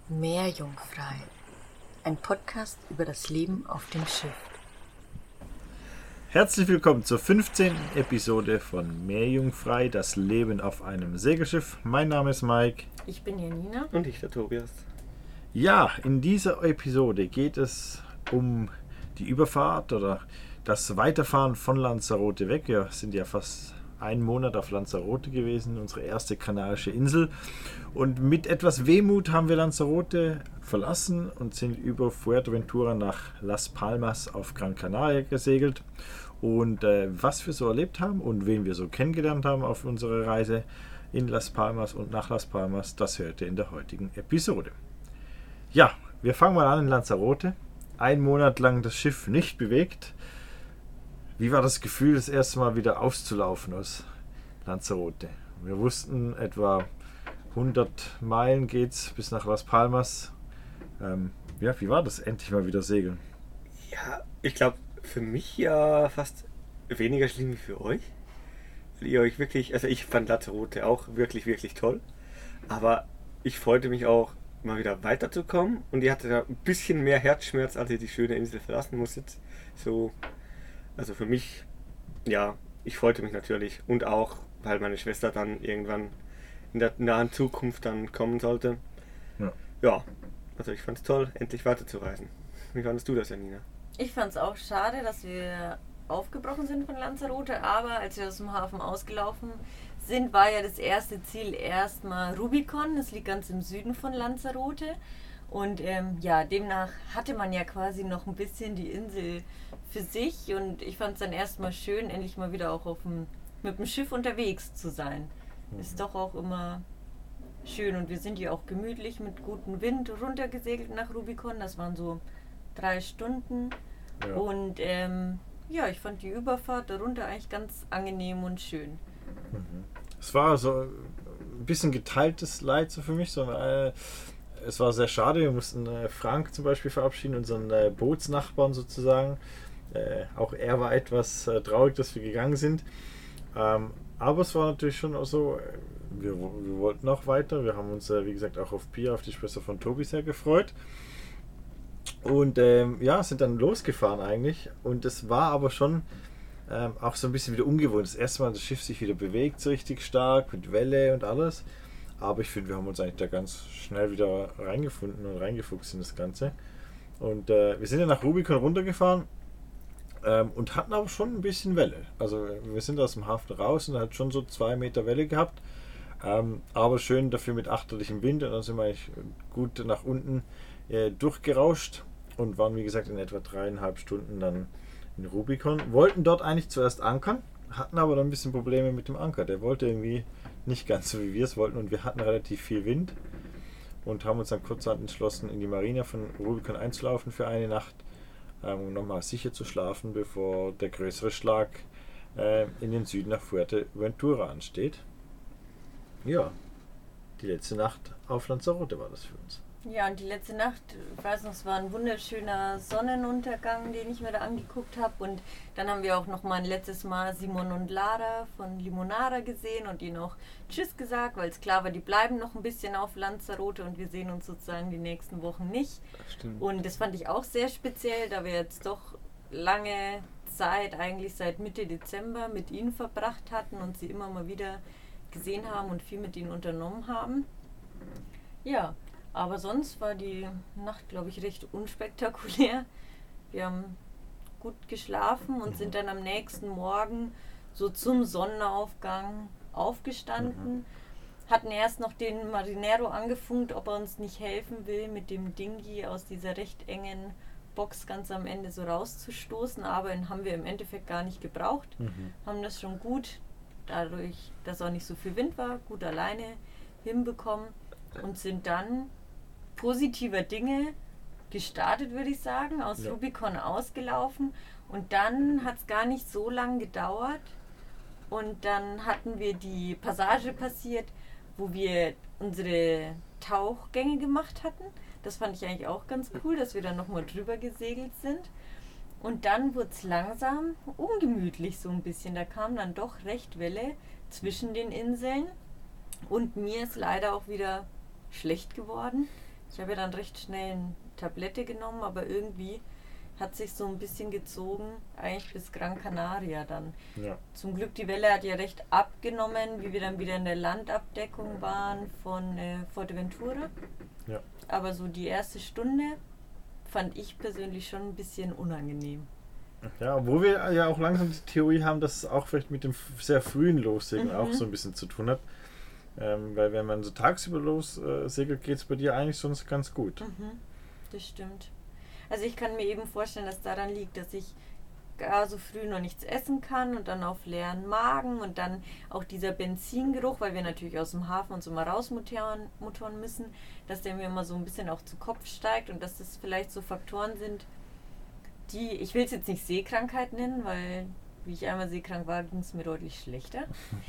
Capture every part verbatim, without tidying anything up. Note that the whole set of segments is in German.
Meerjungfrei, ein Podcast über das Leben auf dem Schiff. Herzlich willkommen zur fünfzehnten Episode von Meerjungfrei, das Leben auf einem Segelschiff. Mein Name ist Mike. Ich bin Janina. Und ich, der Tobias. Ja, in dieser Episode geht es um die Überfahrt oder das Weiterfahren von Lanzarote weg. Wir sind ja fast einen Monat auf Lanzarote gewesen, unsere erste kanarische Insel. Und mit etwas Wehmut haben wir Lanzarote verlassen und sind über Fuerteventura nach Las Palmas auf Gran Canaria gesegelt. Und äh, was wir so erlebt haben und wen wir so kennengelernt haben auf unserer Reise in Las Palmas und nach Las Palmas, das hört ihr in der heutigen Episode. Ja, wir fangen mal an in Lanzarote. Ein Monat lang das Schiff nicht bewegt. Wie war das Gefühl, das erste Mal wieder auszulaufen aus Lanzarote? Wir wussten, etwa hundert Meilen geht's bis nach Las Palmas. Ähm, ja, wie war das? Endlich mal wieder segeln. Ja, ich glaube, für mich ja fast weniger schlimm wie für euch. Weil ihr euch wirklich, also ich fand Lanzarote auch wirklich, wirklich toll. Aber ich freute mich auch, mal wieder weiterzukommen. Und ihr hattet da ein bisschen mehr Herzschmerz, als ihr die schöne Insel verlassen musstet. So, also für mich, ja, ich freute mich natürlich. Und auch, weil meine Schwester dann irgendwann in der nahen Zukunft dann kommen sollte. Ja, ja, also ich fand es toll, endlich weiterzureisen. Wie fandest du das, Janina? Ich fand es auch schade, dass wir aufgebrochen sind von Lanzarote, aber als wir aus dem Hafen ausgelaufen sind, war ja das erste Ziel erstmal Rubicon. Das liegt ganz im Süden von Lanzarote. Und ähm, ja, demnach hatte man ja quasi noch ein bisschen die Insel für sich. Und ich fand es dann erstmal schön, endlich mal wieder auch auf dem, mit dem Schiff unterwegs zu sein. Mhm. Ist doch auch immer schön. Und wir sind ja auch gemütlich mit gutem Wind runtergesegelt nach Rubicon. Das waren so drei Stunden. Ja. Und ähm, ja, ich fand die Überfahrt darunter eigentlich ganz angenehm und schön. Mhm. Es war so ein bisschen geteiltes Leid so für mich. So, äh, es war sehr schade. Wir mussten äh, Frank zum Beispiel verabschieden, unseren äh, Bootsnachbarn sozusagen. Äh, auch er war etwas äh, traurig, dass wir gegangen sind. Ähm, aber es war natürlich schon auch so, wir, wir wollten auch weiter. Wir haben uns, äh, wie gesagt, auch auf Pia, auf die Schwester von Tobi, sehr gefreut. Und ähm, ja, sind dann losgefahren eigentlich. Und es war aber schon ähm, auch so ein bisschen wieder ungewohnt. Das erste Mal das Schiff sich wieder bewegt, so richtig stark, mit Welle und alles. Aber ich finde, wir haben uns eigentlich da ganz schnell wieder reingefunden und reingefuchst in das Ganze. Und äh, wir sind ja nach Rubicon runtergefahren ähm, und hatten aber schon ein bisschen Welle. Also wir sind aus dem Hafen raus und hat schon so zwei Meter Welle gehabt. Ähm, aber schön dafür mit achterlichem Wind. Und dann sind wir eigentlich gut nach unten äh, durchgerauscht und waren, wie gesagt, in etwa dreieinhalb Stunden dann in Rubicon. Wollten dort eigentlich zuerst ankern, hatten aber dann ein bisschen Probleme mit dem Anker. Der wollte irgendwie nicht ganz so, wie wir es wollten, und wir hatten relativ viel Wind und haben uns dann kurzerhand entschlossen, in die Marina von Rubicon einzulaufen für eine Nacht, ähm, um nochmal sicher zu schlafen, bevor der größere Schlag äh, in den Süden nach Fuerteventura ansteht. Ja, die letzte Nacht auf Lanzarote war das für uns. Ja, und die letzte Nacht, ich weiß noch, es war ein wunderschöner Sonnenuntergang, den ich mir da angeguckt habe. Und dann haben wir auch noch mal ein letztes Mal Simon und Lara von Limonada gesehen und ihnen auch Tschüss gesagt, weil es klar war, die bleiben noch ein bisschen auf Lanzarote und wir sehen uns sozusagen die nächsten Wochen nicht. Stimmt. Und das fand ich auch sehr speziell, da wir jetzt doch lange Zeit, eigentlich seit Mitte Dezember, mit ihnen verbracht hatten und sie immer mal wieder gesehen haben und viel mit ihnen unternommen haben. Ja. Aber sonst war die Nacht, glaube ich, recht unspektakulär. Wir haben gut geschlafen und sind dann am nächsten Morgen so zum Sonnenaufgang aufgestanden. Mhm. Hatten erst noch den Marinero angefunkt, ob er uns nicht helfen will, mit dem Dinghy aus dieser recht engen Box ganz am Ende so rauszustoßen. Aber den haben wir im Endeffekt gar nicht gebraucht. Mhm. Haben das schon gut, dadurch, dass auch nicht so viel Wind war, gut alleine hinbekommen und sind dann positiver Dinge gestartet, würde ich sagen, aus ja. Rubicon ausgelaufen, und dann hat es gar nicht so lange gedauert und dann hatten wir die Passage passiert, wo wir unsere Tauchgänge gemacht hatten. Das fand ich eigentlich auch ganz cool, dass wir dann nochmal drüber gesegelt sind, und dann wurde es langsam ungemütlich so ein bisschen. Da kam dann doch recht Welle zwischen den Inseln und mir ist leider auch wieder schlecht geworden. Ich habe ja dann recht schnell eine Tablette genommen, aber irgendwie hat sich so ein bisschen gezogen, eigentlich bis Gran Canaria dann. Ja. Zum Glück, die Welle hat ja recht abgenommen, wie wir dann wieder in der Landabdeckung waren von äh, Fuerteventura. Ja. Aber so die erste Stunde fand ich persönlich schon ein bisschen unangenehm. Ja, obwohl wir ja auch langsam die Theorie haben, dass es auch vielleicht mit dem sehr frühen Lossegeln Mhm. auch so ein bisschen zu tun hat. Ähm, weil wenn man so tagsüber lossegelt, geht es bei dir eigentlich sonst ganz gut. Mhm, das stimmt. Also ich kann mir eben vorstellen, dass daran liegt, dass ich gar so früh noch nichts essen kann und dann auf leeren Magen und dann auch dieser Benzingeruch, weil wir natürlich aus dem Hafen uns immer rausmotoren motoren müssen, dass der mir immer so ein bisschen auch zu Kopf steigt und dass das vielleicht so Faktoren sind, die, ich will es jetzt nicht Seekrankheit nennen, weil wie ich einmal seekrank war, ging es mir deutlich schlechter.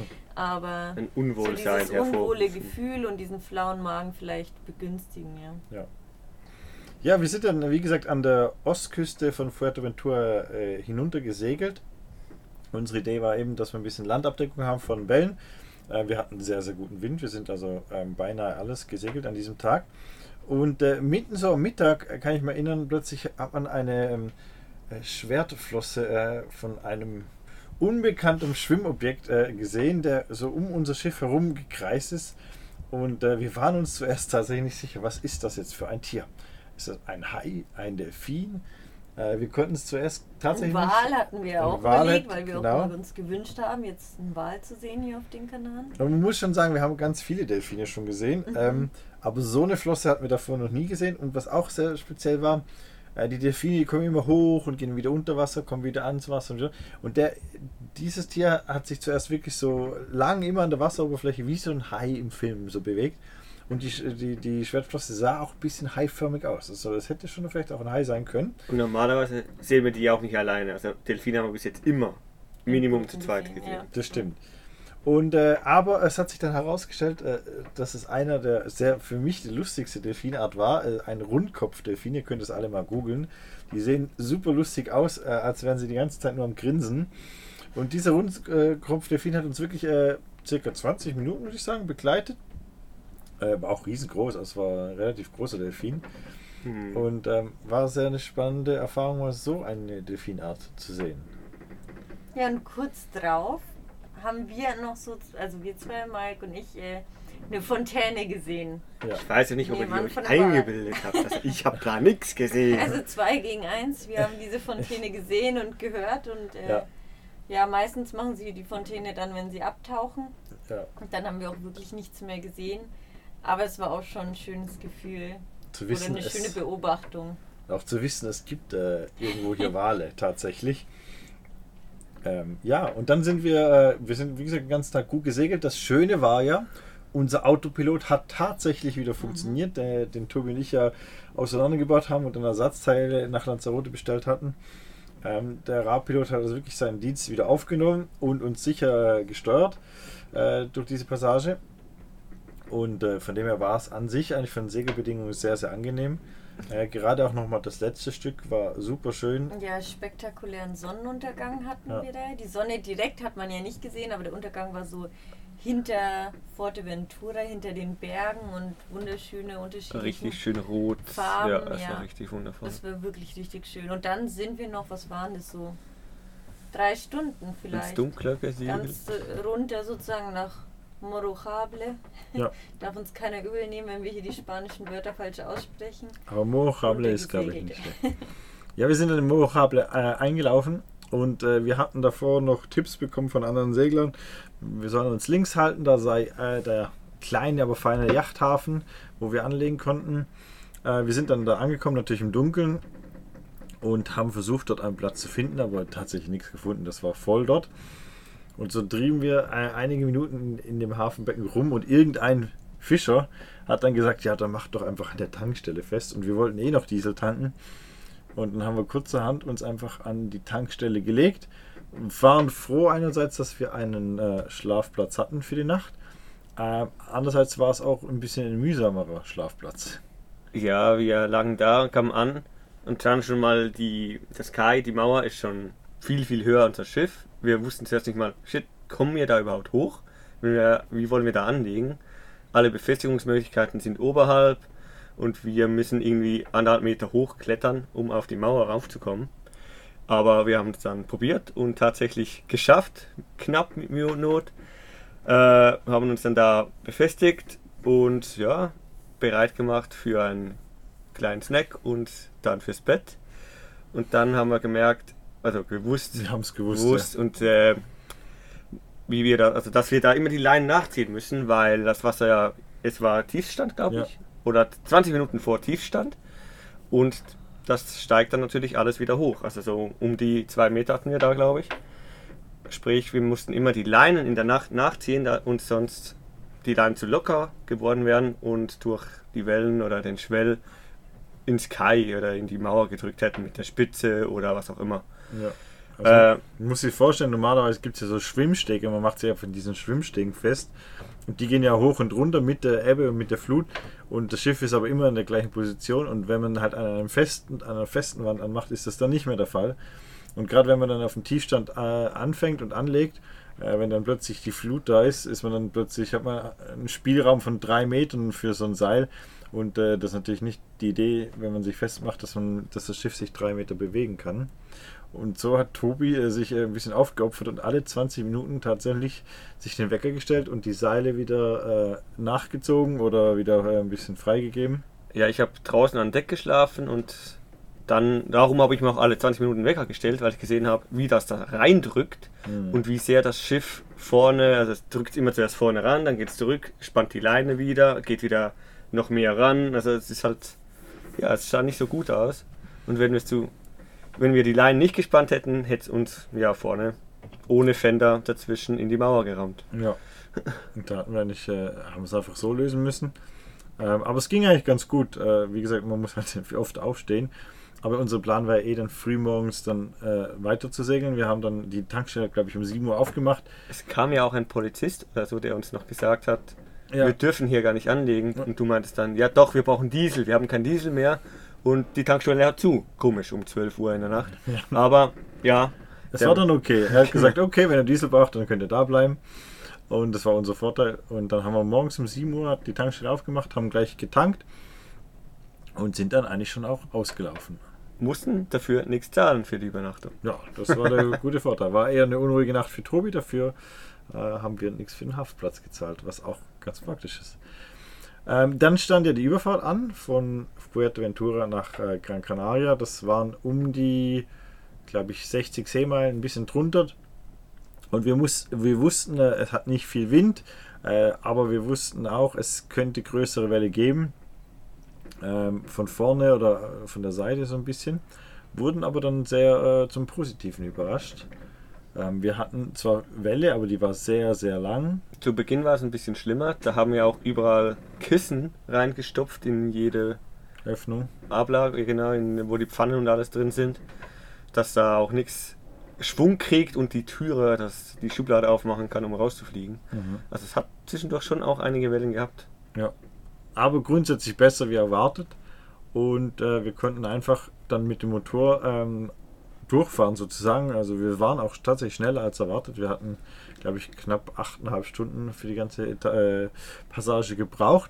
Aber Ein so Unwohlsein dieses unwohle hervorrufen. Gefühl und diesen flauen Magen vielleicht begünstigen, ja. Ja. Ja, wir sind dann, wie gesagt, an der Ostküste von Fuerteventura äh, hinunter gesegelt. Unsere Idee war eben, dass wir ein bisschen Landabdeckung haben von Wellen. Äh, wir hatten sehr, sehr guten Wind. Wir sind also ähm, beinahe alles gesegelt an diesem Tag. Und äh, mitten so am Mittag, äh, kann ich mich erinnern, plötzlich hat man eine ähm, äh, Schwertflosse äh, von einem unbekannten Schwimmobjekt äh, gesehen, der so um unser Schiff herum gekreist ist. Und äh, wir waren uns zuerst tatsächlich nicht sicher, was ist das jetzt für ein Tier? Ist das ein Hai, ein Delfin? Äh, wir konnten es zuerst tatsächlich Einen Wal nicht. hatten wir Ein auch Wal überlegt, hat- weil wir genau. auch mal uns gewünscht haben, jetzt einen Wal zu sehen hier auf den Kanaren. Aber man muss schon sagen, wir haben ganz viele Delfine schon gesehen. Mhm. Ähm, aber so eine Flosse hatten wir davor noch nie gesehen. Und was auch sehr speziell war, äh, die Delfine, die kommen immer hoch und gehen wieder unter Wasser, kommen wieder ans Wasser. Und, so. Und der, dieses Tier hat sich zuerst wirklich so lang immer an der Wasseroberfläche wie so ein Hai im Film so bewegt. Und die, die, die Schwertflosse sah auch ein bisschen haiförmig aus. Also das hätte schon vielleicht auch ein Hai sein können. Und normalerweise sehen wir die auch nicht alleine. Also Delfine haben wir bis jetzt immer Minimum zu zweit Delfin, gesehen. ja. Das stimmt. Und äh, aber es hat sich dann herausgestellt, äh, dass es einer der sehr für mich die lustigste Delfinart war, äh, ein Rundkopfdelfin. Ihr könnt es alle mal googeln. Die sehen super lustig aus, äh, als wären sie die ganze Zeit nur am Grinsen. Und dieser Rundkopfdelfin hat uns wirklich äh, circa zwanzig Minuten, würde ich sagen, begleitet. Äh, war auch riesengroß, also es war ein relativ großer Delfin. Hm. Und ähm, war sehr eine spannende Erfahrung, mal so eine Delfinart zu sehen. Ja, und kurz drauf haben wir noch so, also wir zwei, Mike und ich, äh, eine Fontäne gesehen. Ja. Ich weiß ja nicht, ob Nee, ihr Mann, euch von der eingebildet habt. Also ich habe da nichts gesehen. Also zwei gegen eins, wir haben diese Fontäne gesehen und gehört und äh, Ja. ja. meistens machen sie die Fontäne dann, wenn sie abtauchen. Ja. Und dann haben wir auch wirklich nichts mehr gesehen. Aber es war auch schon ein schönes Gefühl Zu oder wissen, eine es, schöne Beobachtung. auch zu wissen, es gibt äh, irgendwo hier Wale tatsächlich. Ähm, ja, und dann sind wir, äh, wir sind wie gesagt den ganzen Tag gut gesegelt. Das Schöne war ja, unser Autopilot hat tatsächlich wieder funktioniert, der, den Tobi und ich ja auseinandergebaut haben und dann Ersatzteile nach Lanzarote bestellt hatten. Ähm, der Radpilot hat also wirklich seinen Dienst wieder aufgenommen und uns sicher äh, gesteuert äh, durch diese Passage. Und äh, von dem her war es an sich eigentlich von den Segelbedingungen sehr, sehr angenehm. Äh, gerade auch nochmal das letzte Stück war super schön. Ja, spektakulären Sonnenuntergang hatten Ja. wir da. Die Sonne direkt hat man ja nicht gesehen, aber der Untergang war so hinter Fuerteventura, hinter den Bergen und wunderschöne unterschiedliche Richtig schön rot. Farben, ja, das ja. war richtig wundervoll. Das war wirklich richtig schön. Und dann sind wir noch, was waren das so? Drei Stunden Ins vielleicht. Dunkler gesegelt. Ganz äh, runter sozusagen nach Morojable. Ja. Darf uns keiner übel nehmen, wenn wir hier die spanischen Wörter falsch aussprechen. Aber Morojable ist, glaube ich, nicht Runtergesegelt. schlecht. Ja, wir sind in Morojable äh, eingelaufen und äh, wir hatten davor noch Tipps bekommen von anderen Seglern. Wir sollen uns links halten, da sei äh, der kleine, aber feine Yachthafen, wo wir anlegen konnten. Äh, wir sind dann da angekommen, natürlich im Dunkeln und haben versucht, dort einen Platz zu finden, aber tatsächlich nichts gefunden. Das war voll dort. Und so trieben wir äh, einige Minuten in, in dem Hafenbecken rum und irgendein Fischer hat dann gesagt, ja, dann macht doch einfach an der Tankstelle fest. Und wir wollten eh noch Diesel tanken. Und dann haben wir kurzerhand uns einfach an die Tankstelle gelegt und waren froh einerseits, dass wir einen äh, Schlafplatz hatten für die Nacht. Äh, andererseits war es auch ein bisschen ein mühsamerer Schlafplatz. Ja, wir lagen da, kamen an und dann schon mal die, das Kai, die Mauer ist schon viel, viel höher als das Schiff. Wir wussten zuerst nicht mal, shit, kommen wir da überhaupt hoch? Wir, wie wollen wir da anlegen? Alle Befestigungsmöglichkeiten sind oberhalb und wir müssen irgendwie anderthalb Meter hochklettern, um auf die Mauer raufzukommen. Aber wir haben es dann probiert und tatsächlich geschafft, knapp mit Mühe und Not. Äh, haben uns dann da befestigt und ja, bereit gemacht für einen kleinen Snack und dann fürs Bett. Und dann haben wir gemerkt, also gewusst, wir haben es gewusst, gewusst ja. und äh, wie wir da, also dass wir da immer die Leinen nachziehen müssen, weil das Wasser ja, es war Tiefstand, glaube Ja. ich, oder zwanzig Minuten vor Tiefstand und das steigt dann natürlich alles wieder hoch. Also so um die zwei Meter hatten wir da, glaube ich. Sprich, wir mussten immer die Leinen in der Nacht nachziehen da und sonst die Leinen zu locker geworden wären und durch die Wellen oder den Schwell ins Kai oder in die Mauer gedrückt hätten mit der Spitze oder was auch immer. Ja. Also, Äh, man muss sich vorstellen, normalerweise gibt es ja so Schwimmstege, man macht sich ja von diesen Schwimmstegen fest und die gehen ja hoch und runter mit der Ebbe und mit der Flut und das Schiff ist aber immer in der gleichen Position und wenn man halt an, einem festen, an einer festen Wand anmacht, ist das dann nicht mehr der Fall. Und gerade wenn man dann auf dem Tiefstand äh, anfängt und anlegt, äh, wenn dann plötzlich die Flut da ist, ist man dann plötzlich, hat man einen Spielraum von drei Metern für so ein Seil. Und äh, das ist natürlich nicht die Idee, wenn man sich festmacht, dass, man, dass das Schiff sich drei Meter bewegen kann. Und so hat Tobi äh, sich äh, ein bisschen aufgeopfert und alle zwanzig Minuten tatsächlich sich den Wecker gestellt und die Seile wieder äh, nachgezogen oder wieder äh, ein bisschen freigegeben. ja, ich habe draußen an Deck geschlafen und dann, darum habe ich mir auch alle zwanzig Minuten Wecker gestellt, weil ich gesehen habe, wie das da reindrückt Mhm. und wie sehr das Schiff vorne, also es drückt immer zuerst vorne ran, dann geht es zurück, spannt die Leine wieder, geht wieder noch mehr ran, also es ist halt, ja, es sah nicht so gut aus. Und wenn wir es zu, wenn wir die Leinen nicht gespannt hätten, hätte es uns, ja, vorne ohne Fender dazwischen in die Mauer gerammt. Ja, und da hatten wir nicht, äh, haben wir es einfach so lösen müssen. Ähm, aber es ging eigentlich ganz gut. Äh, wie gesagt, man muss halt oft aufstehen. Aber unser Plan war ja eh dann frühmorgens dann äh, weiter zu segeln. Wir haben dann die Tankstelle, glaube ich, um sieben Uhr aufgemacht. Es kam ja auch ein Polizist oder so, der uns noch gesagt hat, Ja. wir dürfen hier gar nicht anlegen. Und du meintest dann, ja doch, wir brauchen Diesel, wir haben keinen Diesel mehr. Und die Tankstelle hat zu. Komisch, um zwölf Uhr in der Nacht. Ja. Aber ja. Es der- war dann okay. Er hat gesagt, okay, wenn ihr Diesel braucht, dann könnt ihr da bleiben. Und das war unser Vorteil. Und dann haben wir morgens um sieben Uhr die Tankstelle aufgemacht, haben gleich getankt und sind dann eigentlich schon auch ausgelaufen. mussten dafür nichts zahlen für die Übernachtung. Ja, das war der gute Vorteil. War eher eine unruhige Nacht für Tobi, dafür äh, haben wir nichts für den Haftplatz gezahlt, was auch ganz praktisch ist. Ähm, dann stand ja die Überfahrt an von Fuerteventura nach äh, Gran Canaria. Das waren um die, glaube ich, sechzig Seemeilen, ein bisschen drunter. Und wir, muss, wir wussten, äh, es hat nicht viel Wind, äh, aber wir wussten auch, es könnte größere Welle geben. Ähm, von vorne oder von der Seite so ein bisschen. Wurden aber dann sehr äh, zum Positiven überrascht. Ähm, wir hatten zwar Welle, aber die war sehr, sehr lang. Zu Beginn war es ein bisschen schlimmer. Da haben wir auch überall Kissen reingestopft in jede Öffnung. Ablage, genau, in, wo die Pfannen und alles drin sind. Dass da auch nichts Schwung kriegt und die Türe, dass die Schublade aufmachen kann, um rauszufliegen. Mhm. Also es hat zwischendurch schon auch einige Wellen gehabt. Ja. Aber grundsätzlich besser wie erwartet. Und äh, wir konnten einfach dann mit dem Motor ähm, durchfahren sozusagen. Also wir waren auch tatsächlich schneller als erwartet. Wir hatten, glaube ich, knapp achteinhalb Stunden für die ganze äh, Passage gebraucht.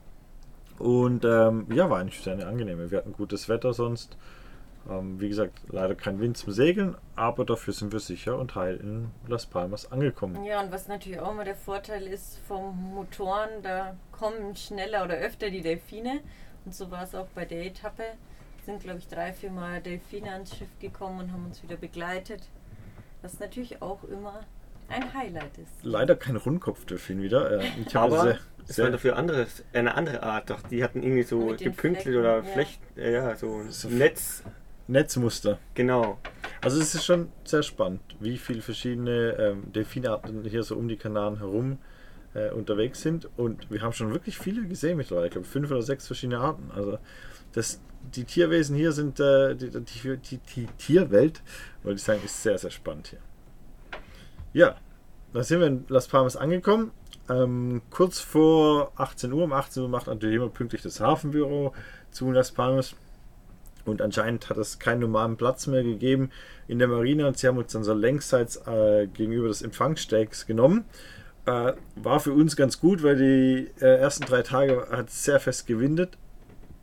Und ähm, ja, war eigentlich sehr angenehm. Wir hatten gutes Wetter sonst. Ähm, wie gesagt, leider kein Wind zum Segeln, aber dafür sind wir sicher und heil in Las Palmas angekommen. Ja, und was natürlich auch immer der Vorteil ist vom Motoren, da kommen schneller oder öfter die Delfine. Und so war es auch bei der Etappe. Sind, glaube ich, drei, vier Mal Delfine ans Schiff gekommen und haben uns wieder begleitet. Was natürlich auch immer ein Highlight ist. Leider kein Rundkopfdelfin wieder. Äh, ich habe Aber sehr, es sehr war dafür anderes, eine andere Art. Doch die hatten irgendwie so Mit den gepünktelt Flecken, oder ja. Flecht, äh, ja, so So ein Netz. Netzmuster. Genau. Also es ist schon sehr spannend, wie viele verschiedene ähm, Delfinarten hier so um die Kanaren herum äh, unterwegs sind. Und wir haben schon wirklich viele gesehen mittlerweile. Ich glaube fünf oder sechs verschiedene Arten. Also das, die Tierwesen hier sind, äh, die, die, die, die Tierwelt, wollte ich sagen, ist sehr, sehr spannend hier. Ja, dann sind wir in Las Palmas angekommen. Ähm, kurz vor achtzehn Uhr. Um achtzehn Uhr macht natürlich immer pünktlich das Hafenbüro zu Las Palmas. Und anscheinend hat es keinen normalen Platz mehr gegeben in der Marina. Und sie haben uns dann so längsseits äh, gegenüber des Empfangsstecks genommen. Äh, war für uns ganz gut, weil die äh, ersten drei Tage hat es sehr fest gewindet.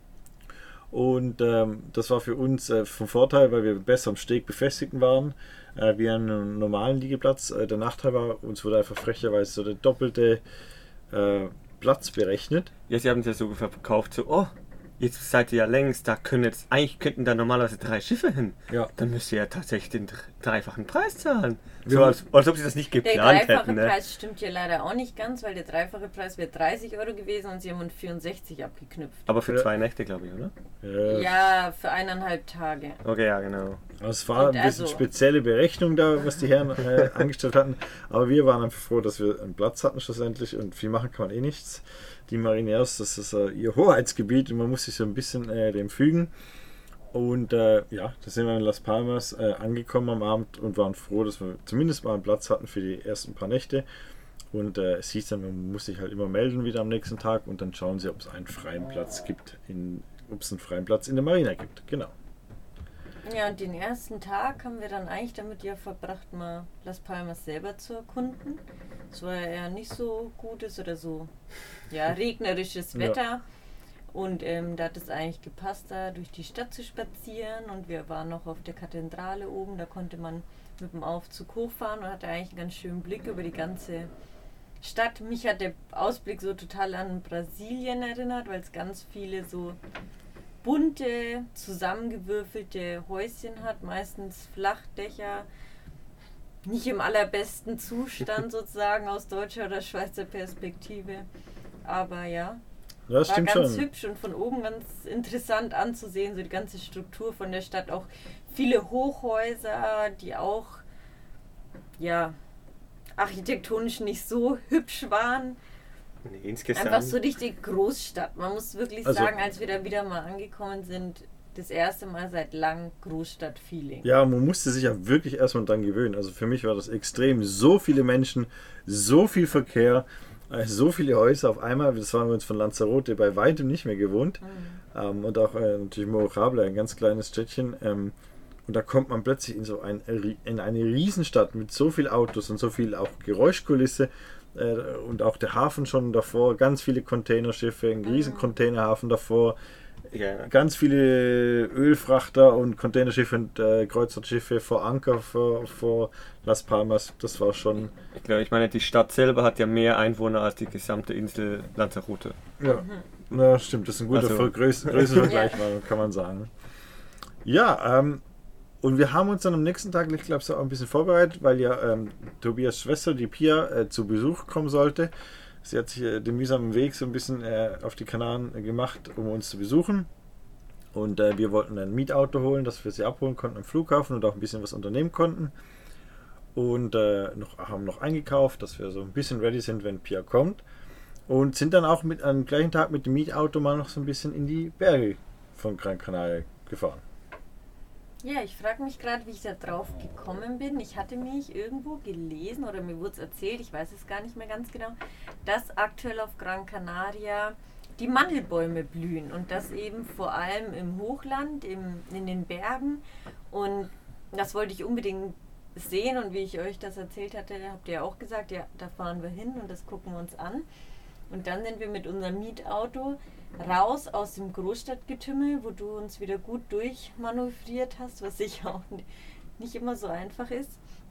Und ähm, das war für uns äh, von Vorteil, weil wir besser am Steg befestigt waren, äh, wie an einem normalen Liegeplatz. Äh, der Nachteil war, uns wurde einfach frecherweise so der doppelte äh, Platz berechnet. Ja, sie haben es ja so verkauft, so, oh, jetzt seid ihr ja längst, da können jetzt, eigentlich könnten da normalerweise drei Schiffe hin. Ja. Dann müsst ihr ja tatsächlich den dreifachen Preis zahlen. Wir- So, als, als ob sie das nicht Der geplant dreifache hätten. Ne? Preis stimmt ja leider auch nicht ganz, weil der dreifache Preis wäre dreißig Euro gewesen und sie haben uns vierundsechzig abgeknüpft. Aber für Ja. zwei Nächte, glaube ich, oder? Äh, Ja, für eineinhalb Tage. Okay, ja, genau. Also es war Und ein bisschen also- spezielle Berechnung da, was die Herren äh, angestellt hatten. Aber wir waren einfach froh, dass wir einen Platz hatten schlussendlich und viel machen kann man eh nichts. Die Marineers, das ist äh, ihr Hoheitsgebiet und man muss sich so ein bisschen äh, dem fügen. Und äh, ja, da sind wir in Las Palmas äh, angekommen am Abend und waren froh, dass wir zumindest mal einen Platz hatten für die ersten paar Nächte. Und äh, es hieß dann, man muss sich halt immer melden wieder am nächsten Tag und dann schauen sie, ob es einen freien Platz gibt, in, ob es einen freien Platz in der Marina gibt. Genau. Ja, und den ersten Tag haben wir dann eigentlich damit ja verbracht, mal Las Palmas selber zu erkunden. Es war ja eher nicht so gutes oder so, ja, regnerisches Ja. Wetter. Und ähm, da hat es eigentlich gepasst, da durch die Stadt zu spazieren. Und wir waren noch auf der Kathedrale oben, da konnte man mit dem Aufzug hochfahren und hatte eigentlich einen ganz schönen Blick über die ganze Stadt. Mich hat der Ausblick so total an Brasilien erinnert, weil es ganz viele so bunte, zusammengewürfelte Häuschen hat, meistens Flachdächer, nicht im allerbesten Zustand sozusagen aus deutscher oder Schweizer Perspektive. Aber ja, Ja, das war stimmt ganz schon. hübsch und von oben ganz interessant anzusehen, so die ganze Struktur von der Stadt, auch viele Hochhäuser, die auch ja architektonisch nicht so hübsch waren. Nee, insgesamt. Einfach so richtig Großstadt. Man muss wirklich Also- sagen, als wir da wieder mal angekommen sind, das erste Mal seit langem Großstadt-Feeling. Ja, man musste sich ja wirklich erstmal dran gewöhnen. Also für mich war das extrem. So viele Menschen, so viel Verkehr, äh, so viele Häuser auf einmal. Das waren wir uns von Lanzarote bei weitem nicht mehr gewohnt. Mhm. Ähm, und auch äh, natürlich Morocable, ein ganz kleines Städtchen. Ähm, und da kommt man plötzlich in so ein, in eine Riesenstadt mit so viel Autos und so viel auch Geräuschkulisse. Äh, und auch der Hafen schon davor, ganz viele Containerschiffe, ein riesen Mhm. Containerhafen davor. Ja, Ganz viele Ölfrachter und Containerschiffe und äh, Kreuzfahrtschiffe vor Anker vor, vor Las Palmas. Das war schon. ich glaube, ich meine, die Stadt selber hat ja mehr Einwohner als die gesamte Insel Lanzarote. Ja, na, stimmt. Das ist ein guter Also- Ver- Größ Größenvergleich, mal, kann man sagen. Ja, ähm, und wir haben uns dann am nächsten Tag, ich glaube, so ein bisschen vorbereitet, weil ja ähm, Tobias Schwester, die Pia, äh, zu Besuch kommen sollte. Sie hat sich äh, den mühsamen Weg so ein bisschen äh, auf die Kanaren äh, gemacht, um uns zu besuchen. Und äh, wir wollten ein Mietauto holen, dass wir sie abholen konnten am Flughafen und auch ein bisschen was unternehmen konnten. Und äh, noch, haben noch eingekauft, dass wir so ein bisschen ready sind, wenn Pia kommt. Und sind dann auch mit, am gleichen Tag mit dem Mietauto mal noch so ein bisschen in die Berge von Gran Canaria gefahren. Ja, ich frage mich gerade, wie ich da drauf gekommen bin. Ich hatte mich irgendwo gelesen oder mir wurde es erzählt, ich weiß es gar nicht mehr ganz genau, dass aktuell auf Gran Canaria die Mandelbäume blühen und das eben vor allem im Hochland, im, in den Bergen. Und das wollte ich unbedingt sehen und wie ich euch das erzählt hatte, habt ihr auch gesagt, ja, da fahren wir hin und das gucken wir uns an. Und dann sind wir mit unserem Mietauto raus aus dem Großstadtgetümmel, wo du uns wieder gut durchmanövriert hast, was sicher auch nicht immer so einfach ist.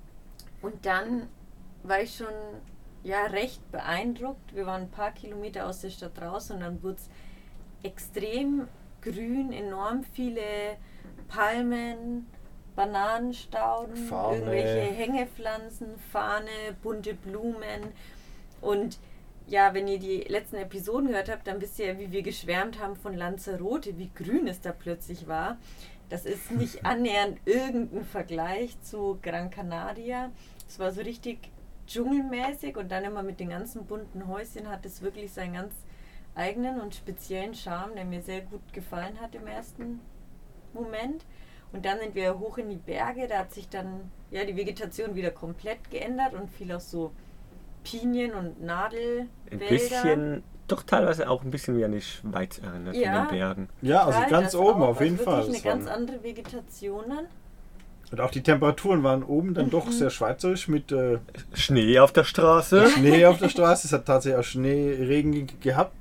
Und dann war ich schon ja recht beeindruckt. Wir waren ein paar Kilometer aus der Stadt raus und dann wurde es extrem grün, enorm viele Palmen, Bananenstauden, Fahne. irgendwelche Hängepflanzen, Fahne, bunte Blumen. Und ja, wenn ihr die letzten Episoden gehört habt, dann wisst ihr ja, wie wir geschwärmt haben von Lanzarote, wie grün es da plötzlich war. Das ist nicht annähernd irgendein Vergleich zu Gran Canaria. Es war so richtig dschungelmäßig und dann immer mit den ganzen bunten Häuschen hat es wirklich seinen ganz eigenen und speziellen Charme, der mir sehr gut gefallen hat im ersten Moment. Und dann sind wir hoch in die Berge, da hat sich dann ja die Vegetation wieder komplett geändert und viel aus so Pinien- und Nadelwälder. Ein bisschen, doch teilweise auch ein bisschen wie an die Schweiz erinnert Ja. in den Bergen. Ja, also Total, ganz das oben auch, auf jeden also Fall. wirklich Das eine ganz waren, andere Vegetation dann. und auch die Temperaturen waren oben dann doch sehr schweizerisch mit äh, Schnee auf der Straße. Schnee auf der Straße. Es hat tatsächlich auch Schneeregen ge gehabt.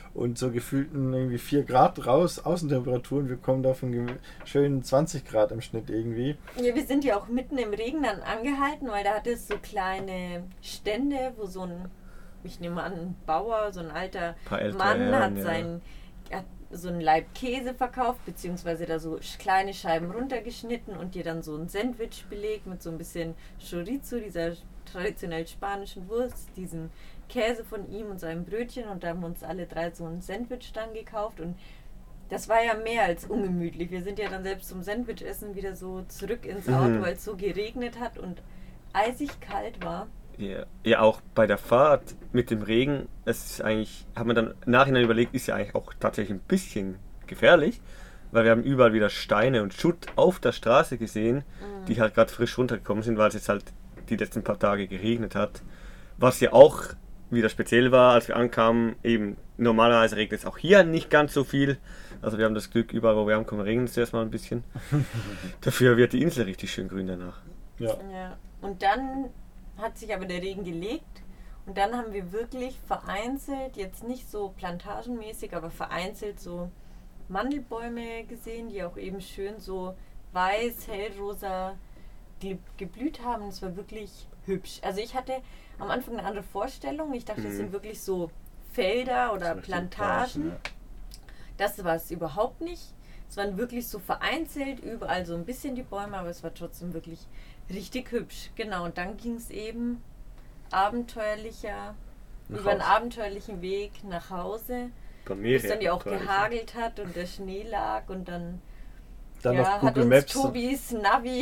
und so gefühlten irgendwie vier Grad raus, Außentemperaturen. Wir kommen da von ge- schönen zwanzig Grad im Schnitt irgendwie. Ja, wir sind ja auch mitten im Regen dann angehalten, weil da hatte es so kleine Stände, wo so ein, ich nehme an, ein Bauer, so ein alter Paar ältere Mann Herren, hat ja. sein, hat so einen Laib Käse verkauft, beziehungsweise da so sch- kleine Scheiben runtergeschnitten und dir dann so ein Sandwich belegt mit so ein bisschen Chorizo, dieser traditionell spanischen Wurst, diesen Käse von ihm und seinem Brötchen, und da haben wir uns alle drei so ein Sandwich dann gekauft, und das war ja mehr als ungemütlich. Wir sind ja dann selbst zum Sandwichessen wieder so zurück ins Auto, Mhm. weil es so geregnet hat und eisig kalt war. Ja, ja, auch bei der Fahrt mit dem Regen, es ist eigentlich, hat man dann im Nachhinein überlegt, ist ja eigentlich auch tatsächlich ein bisschen gefährlich, weil wir haben überall wieder Steine und Schutt auf der Straße gesehen, Mhm. die halt gerade frisch runtergekommen sind, weil es jetzt halt die letzten paar Tage geregnet hat. Was ja auch wieder speziell war, als wir ankamen, eben normalerweise regnet es auch hier nicht ganz so viel. Also wir haben das Glück, überall wo wir ankommen, regnet es erstmal ein bisschen. Dafür wird die Insel richtig schön grün danach. Ja. Ja. Und dann hat sich aber der Regen gelegt, und dann haben wir wirklich vereinzelt, jetzt nicht so plantagenmäßig, aber vereinzelt so Mandelbäume gesehen, die auch eben schön so weiß, hellrosa ge- geblüht haben. Das war wirklich hübsch. Also ich hatte am Anfang eine andere Vorstellung. Ich dachte, das Mhm. sind wirklich so Felder oder So richtig Plantagen. ja. Das war es überhaupt nicht. Es waren wirklich so vereinzelt, überall so ein bisschen die Bäume, aber es war trotzdem wirklich richtig hübsch. Genau, und dann ging es eben abenteuerlicher, Nach über einen Hause. abenteuerlichen Weg nach Hause, Bei wo mir es dann ja auch gehagelt hat und der Schnee lag, und dann, Dann ja, auf hat Google uns Maps. Tobis Navi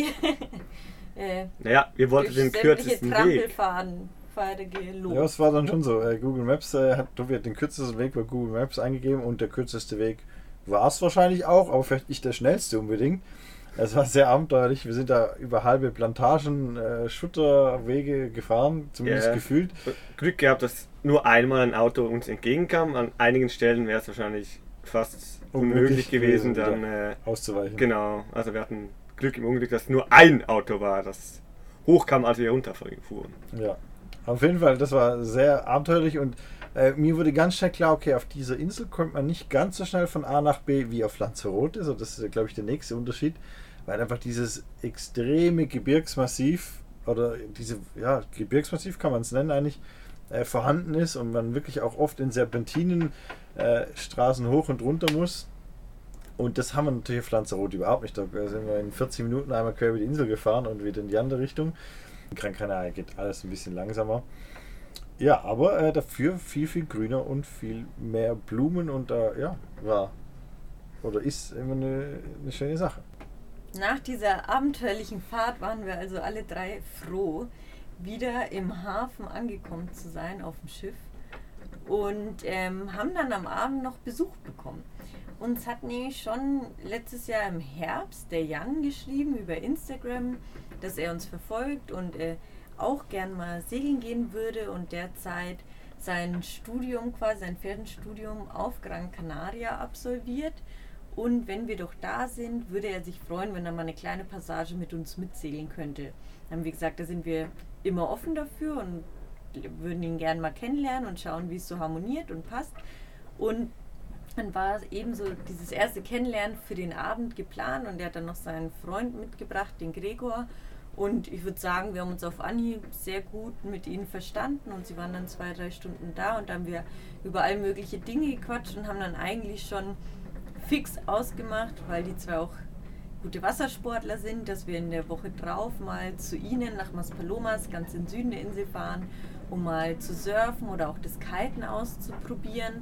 äh, Naja, wir wollten durch den sämtliche kürzesten Weg. Trampelfaden gelobt. Ja, es war dann schon so. Äh, Google Maps äh, hat Tobi hat den kürzesten Weg bei Google Maps eingegeben, und der kürzeste Weg war es wahrscheinlich auch, aber vielleicht nicht der schnellste unbedingt. Es war sehr abenteuerlich. Wir sind da über halbe Plantagen, äh, Schutterwege gefahren, zumindest Ja. gefühlt. Glück gehabt, dass nur einmal ein Auto uns entgegenkam. An einigen Stellen wäre es wahrscheinlich fast unmöglich, Unmöglich gewesen, gewesen, dann äh, Auszuweichen. genau. Also wir hatten Glück im Unglück, dass nur ein Auto war, das hochkam, als wir runterfuhren. Ja, auf jeden Fall, das war sehr abenteuerlich, und äh, mir wurde ganz schnell klar, okay, auf dieser Insel kommt man nicht ganz so schnell von A nach B wie auf Lanzarote. Also das ist, glaube ich, der nächste Unterschied, weil einfach dieses extreme Gebirgsmassiv, oder diese, ja, Gebirgsmassiv kann man es nennen eigentlich, äh, vorhanden ist, und man wirklich auch oft in Serpentinen äh, Straßen hoch und runter muss. Und das haben wir natürlich auf Lanzarote überhaupt nicht. Da sind wir in vierzig Minuten einmal quer über die Insel gefahren und wieder in die andere Richtung. In Gran Canaria geht alles ein bisschen langsamer. Ja, aber äh, dafür viel, viel grüner und viel mehr Blumen, und äh, ja, war oder ist immer eine, eine schöne Sache. Nach dieser abenteuerlichen Fahrt waren wir also alle drei froh, wieder im Hafen angekommen zu sein, auf dem Schiff, und ähm, haben dann am Abend noch Besuch bekommen. Uns hat nämlich schon letztes Jahr im Herbst der Jan geschrieben über Instagram, dass er uns verfolgt und äh, auch gern mal segeln gehen würde und derzeit sein Studium, quasi sein Ferienstudium auf Gran Canaria absolviert. Und wenn wir doch da sind, würde er sich freuen, wenn er mal eine kleine Passage mit uns mitsegeln könnte. Dann haben wir gesagt, da sind wir immer offen dafür und würden ihn gerne mal kennenlernen und schauen, wie es so harmoniert und passt. Und dann war eben so dieses erste Kennenlernen für den Abend geplant, und er hat dann noch seinen Freund mitgebracht, den Gregor. Und ich würde sagen, wir haben uns auf Anhieb sehr gut mit ihnen verstanden, und sie waren dann zwei, drei Stunden da, und da haben wir über all mögliche Dinge gequatscht und haben dann eigentlich schon fix ausgemacht, weil die zwei auch gute Wassersportler sind, dass wir in der Woche drauf mal zu ihnen nach Maspalomas, ganz im Süden der Insel, fahren, um mal zu surfen oder auch das Kiten auszuprobieren.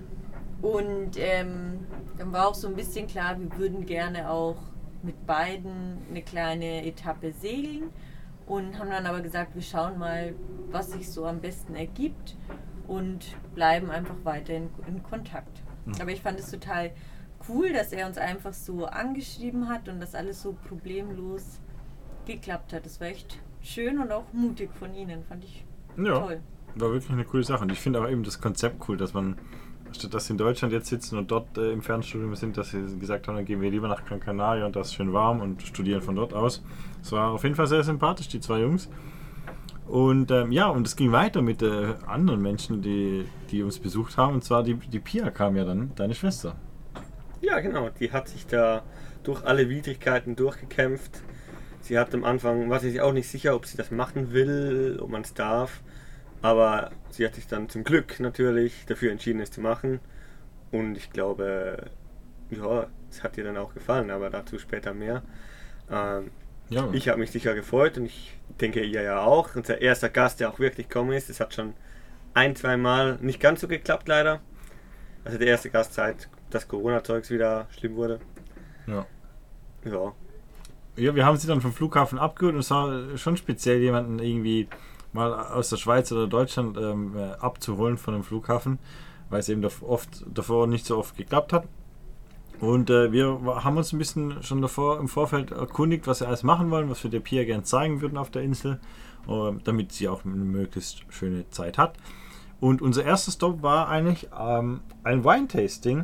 Und ähm, dann war auch so ein bisschen klar, wir würden gerne auch mit beiden eine kleine Etappe segeln, und haben dann aber gesagt, wir schauen mal, was sich so am besten ergibt, und bleiben einfach weiter in, in Kontakt. Mhm. Aber ich fand es total cool, dass er uns einfach so angeschrieben hat und das alles so problemlos geklappt hat. Das war echt schön und auch mutig von Ihnen, fand ich ja, toll. War wirklich eine coole Sache, und ich finde auch eben das Konzept cool, dass man, statt dass sie in Deutschland jetzt sitzen und dort äh, im Fernstudium sind, dass sie gesagt haben, dann gehen wir lieber nach Gran Canaria und das ist schön warm und studieren von dort aus. Es war auf jeden Fall sehr sympathisch, die zwei Jungs. Und ähm, ja, und es ging weiter mit äh, anderen Menschen, die, die uns besucht haben. Und zwar die, die Pia kam ja dann, deine Schwester. Ja, genau. Die hat sich da durch alle Widrigkeiten durchgekämpft. Sie hat am Anfang, war sie sich auch nicht sicher, ob sie das machen will, ob man es darf. Aber sie hat sich dann zum Glück natürlich dafür entschieden, es zu machen. Und ich glaube, ja, es hat ihr dann auch gefallen, aber dazu später mehr. Ähm, ja. Ich habe mich sicher gefreut und ich denke, ihr ja auch. Unser erster Gast, der auch wirklich gekommen ist, es hat schon ein, zwei Mal nicht ganz so geklappt, leider. Also der erste Gast seit das Corona-Zeugs wieder schlimm wurde. Ja. Ja. Ja, wir haben sie dann vom Flughafen abgeholt und es war schon speziell, jemanden irgendwie mal aus der Schweiz oder Deutschland ähm, abzuholen von dem Flughafen, weil es eben oft, davor nicht so oft geklappt hat. Und äh, wir haben uns ein bisschen schon davor im Vorfeld erkundigt, was wir alles machen wollen, was wir der Pia gerne zeigen würden auf der Insel, äh, damit sie auch eine möglichst schöne Zeit hat. Und unser erster Stop war eigentlich ähm, ein Wine-Tasting,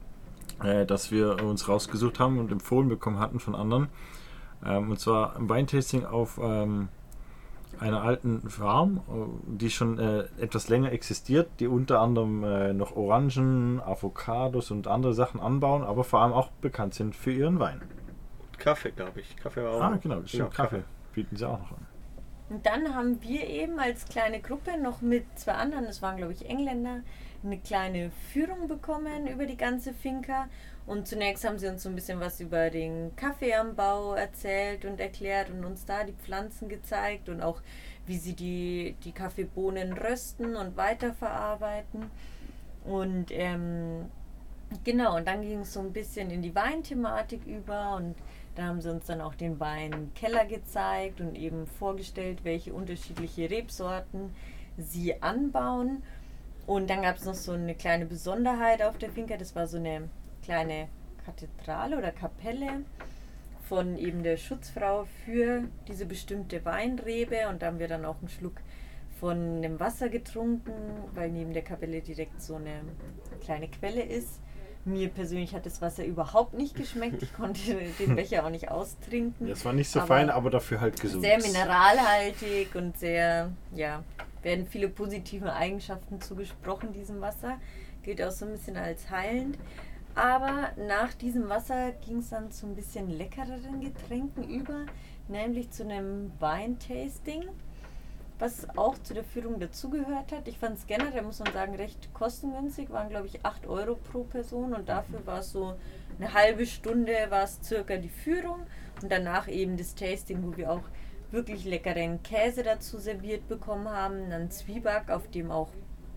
äh, das wir uns rausgesucht haben und empfohlen bekommen hatten von anderen. Ähm, und zwar ein Wine-Tasting auf ähm, einer alten Farm, die schon äh, etwas länger existiert, die unter anderem äh, noch Orangen, Avocados und andere Sachen anbauen, aber vor allem auch bekannt sind für ihren Wein. Kaffee, glaube ich. Kaffee war auch. Ah, genau, stimmt, genau, Kaffee. Kaffee Bieten sie auch noch an. Und dann haben wir eben als kleine Gruppe noch mit zwei anderen, das waren glaube ich Engländer, eine kleine Führung bekommen über die ganze Finca. Und zunächst haben sie uns so ein bisschen was über den Kaffeeanbau erzählt und erklärt und uns da die Pflanzen gezeigt und auch wie sie die, die Kaffeebohnen rösten und weiterverarbeiten. Und ähm, genau, und dann ging es so ein bisschen in die Weinthematik über und da haben sie uns dann auch den Weinkeller gezeigt und eben vorgestellt, welche unterschiedliche Rebsorten sie anbauen. Und dann gab es noch so eine kleine Besonderheit auf der Finca, das war so eine kleine Kathedrale oder Kapelle von eben der Schutzfrau für diese bestimmte Weinrebe und da haben wir dann auch einen Schluck von dem Wasser getrunken, weil neben der Kapelle direkt so eine kleine Quelle ist. Mir persönlich hat das Wasser überhaupt nicht geschmeckt, ich konnte den Becher auch nicht austrinken. Das war nicht so aber fein, aber dafür halt gesund. Sehr mineralhaltig und sehr, ja, werden viele positive Eigenschaften zugesprochen diesem Wasser, gilt auch so ein bisschen als heilend. Aber nach diesem Wasser ging es dann zu ein bisschen leckereren Getränken über, nämlich zu einem Weintasting, was auch zu der Führung dazugehört hat. Ich fand es generell, muss man sagen, recht kostengünstig, waren glaube ich acht Euro pro Person und dafür war es so eine halbe Stunde, war es circa die Führung und danach eben das Tasting, wo wir auch wirklich leckeren Käse dazu serviert bekommen haben, dann Zwieback, auf dem auch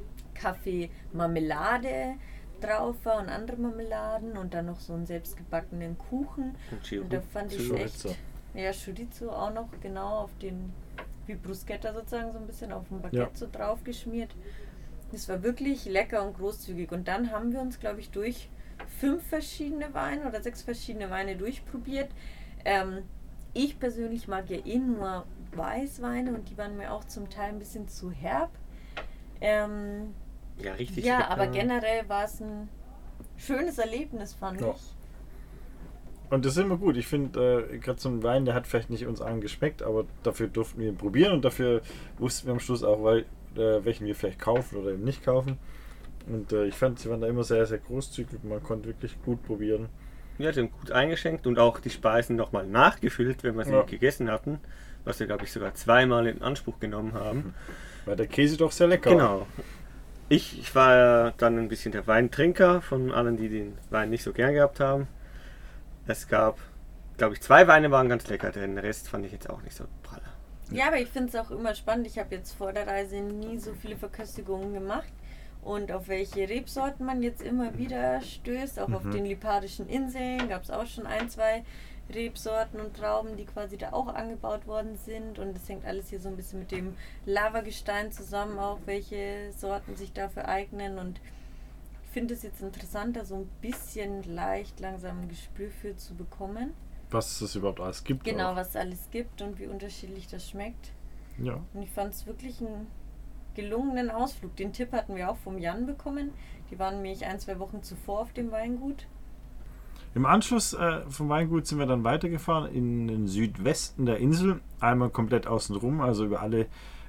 Kaffee-Marmelade drauf war und andere Marmeladen und dann noch so einen selbstgebackenen Kuchen. Und, und da fand ich echt, ja, Chorizo auch noch, genau, auf den, wie Bruschetta sozusagen, so ein bisschen auf dem Baguette ja. so drauf geschmiert. Das war wirklich lecker und großzügig. Und dann haben wir uns, glaube ich, durch fünf verschiedene Weine oder sechs verschiedene Weine durchprobiert. Ähm, ich persönlich mag ja eh nur Weißweine und die waren mir auch zum Teil ein bisschen zu herb. Ähm, Ja, richtig. Ja, aber generell war es ein schönes Erlebnis, fand ja. ich. Und das ist immer gut. Ich finde, äh, gerade so ein Wein, der hat vielleicht nicht uns allen geschmeckt, aber dafür durften wir ihn probieren und dafür wussten wir am Schluss auch, weil, äh, welchen wir vielleicht kaufen oder eben nicht kaufen. Und äh, ich fand, sie waren da immer sehr, sehr großzügig. Man konnte wirklich gut probieren. Ja, die haben gut eingeschenkt und auch die Speisen nochmal nachgefüllt, wenn wir sie ja. gegessen hatten. Was wir, glaube ich, sogar zweimal in Anspruch genommen haben. Weil der Käse doch sehr lecker genau. war. Ich, ich war ja dann ein bisschen der Weintrinker von allen, die den Wein nicht so gern gehabt haben. Es gab, glaube ich, zwei Weine waren ganz lecker, den Rest fand ich jetzt auch nicht so pralle. Ja, aber ich finde es auch immer spannend. Ich habe jetzt vor der Reise nie so viele Verköstigungen gemacht. Und auf welche Rebsorten man jetzt immer wieder stößt, auch mhm. auf den Liparischen Inseln gab es auch schon ein, zwei Rebsorten und Trauben, die quasi da auch angebaut worden sind. Und das hängt alles hier so ein bisschen mit dem Lavagestein zusammen, auch welche Sorten sich dafür eignen. Und ich finde es jetzt interessant, da so ein bisschen leicht langsam ein Gespür für zu bekommen. Was es überhaupt alles gibt. Genau, auch. was es alles gibt und wie unterschiedlich das schmeckt. Ja. Und ich fand es wirklich einen gelungenen Ausflug. Den Tipp hatten wir auch vom Jan bekommen. Die waren nämlich ein, zwei Wochen zuvor auf dem Weingut. Im Anschluss äh, vom Weingut sind wir dann weitergefahren in den Südwesten der Insel. Einmal komplett außen rum, also über alle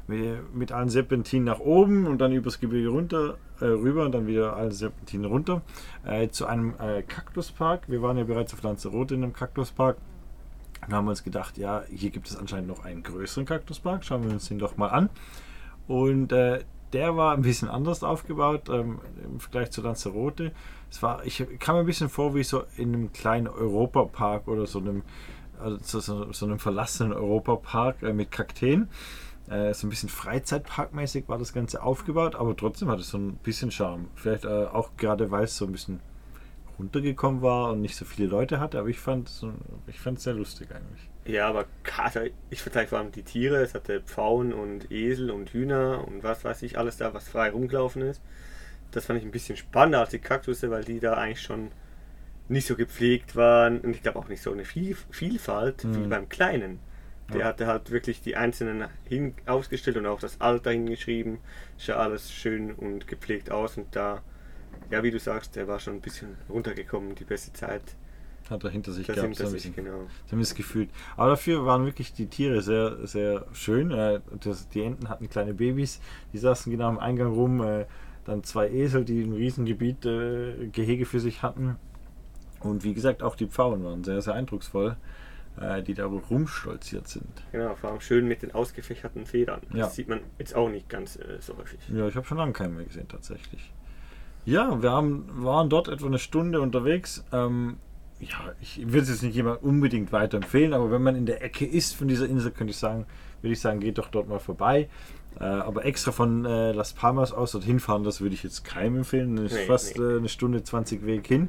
mit, mit allen Serpentinen nach oben und dann übers Gebirge runter, äh, rüber und dann wieder alle Serpentinen runter äh, zu einem äh, Kaktuspark. Wir waren ja bereits auf Lanzarote in einem Kaktuspark und haben uns gedacht, ja, hier gibt es anscheinend noch einen größeren Kaktuspark. Schauen wir uns den doch mal an. Und äh, der war ein bisschen anders aufgebaut ähm, im Vergleich zu Lanzarote. Es war, ich kam mir ein bisschen vor wie so in einem kleinen Europapark oder so einem, also so, so, so einem verlassenen Europapark äh, mit Kakteen. Äh, so ein bisschen Freizeitparkmäßig war das Ganze aufgebaut, aber trotzdem hatte es so ein bisschen Charme. Vielleicht äh, auch gerade, weil es so ein bisschen runtergekommen war und nicht so viele Leute hatte, aber ich fand es ich fand es sehr lustig eigentlich. Ja, aber also ich vergleiche vor allem die Tiere. Es hatte Pfauen und Esel und Hühner und was weiß ich, alles da, was frei rumgelaufen ist. Das fand ich ein bisschen spannender als die Kaktusse, weil die da eigentlich schon nicht so gepflegt waren und ich glaube auch nicht so eine Viel- Vielfalt mhm. wie beim Kleinen. Der ja. hatte halt wirklich die einzelnen hin ausgestellt und auch das Alter hingeschrieben. Sah alles schön und gepflegt aus und da, ja wie du sagst, der war schon ein bisschen runtergekommen, die beste Zeit. Hat er hinter sich das gehabt, hinter so sich, genau. Zumindest gefühlt. Aber dafür waren wirklich die Tiere sehr, sehr schön. Äh, das, die Enten hatten kleine Babys, die saßen genau am Eingang rum. Äh, dann zwei Esel, die ein Riesengebiet, äh, Gehege für sich hatten. Und wie gesagt, auch die Pfauen waren sehr, sehr eindrucksvoll, äh, die da rumstolziert sind. Genau, vor allem schön mit den ausgefächerten Federn. Ja. Das sieht man jetzt auch nicht ganz äh, so häufig. Ja, ich habe schon lange keinen mehr gesehen, tatsächlich. Ja, wir haben, waren dort etwa eine Stunde unterwegs. Ähm, Ja, ich würde es jetzt nicht jemand unbedingt weiterempfehlen, aber wenn man in der Ecke ist von dieser Insel, könnte ich sagen, würde ich sagen, geht doch dort mal vorbei. Äh, aber extra von äh, Las Palmas aus dorthin fahren, das würde ich jetzt keinem empfehlen. Das ist nee, fast nee. Äh, eine Stunde zwanzig Weg hin.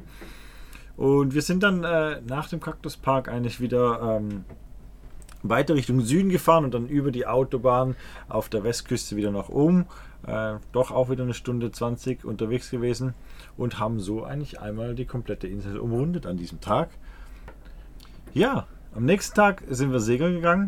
Und wir sind dann äh, nach dem Kaktuspark eigentlich wieder ähm, weiter Richtung Süden gefahren und dann über die Autobahn auf der Westküste wieder nach oben. Äh, doch auch wieder eine Stunde zwanzig unterwegs gewesen und haben so eigentlich einmal die komplette Insel umrundet an diesem Tag. Ja, am nächsten Tag sind wir segeln gegangen,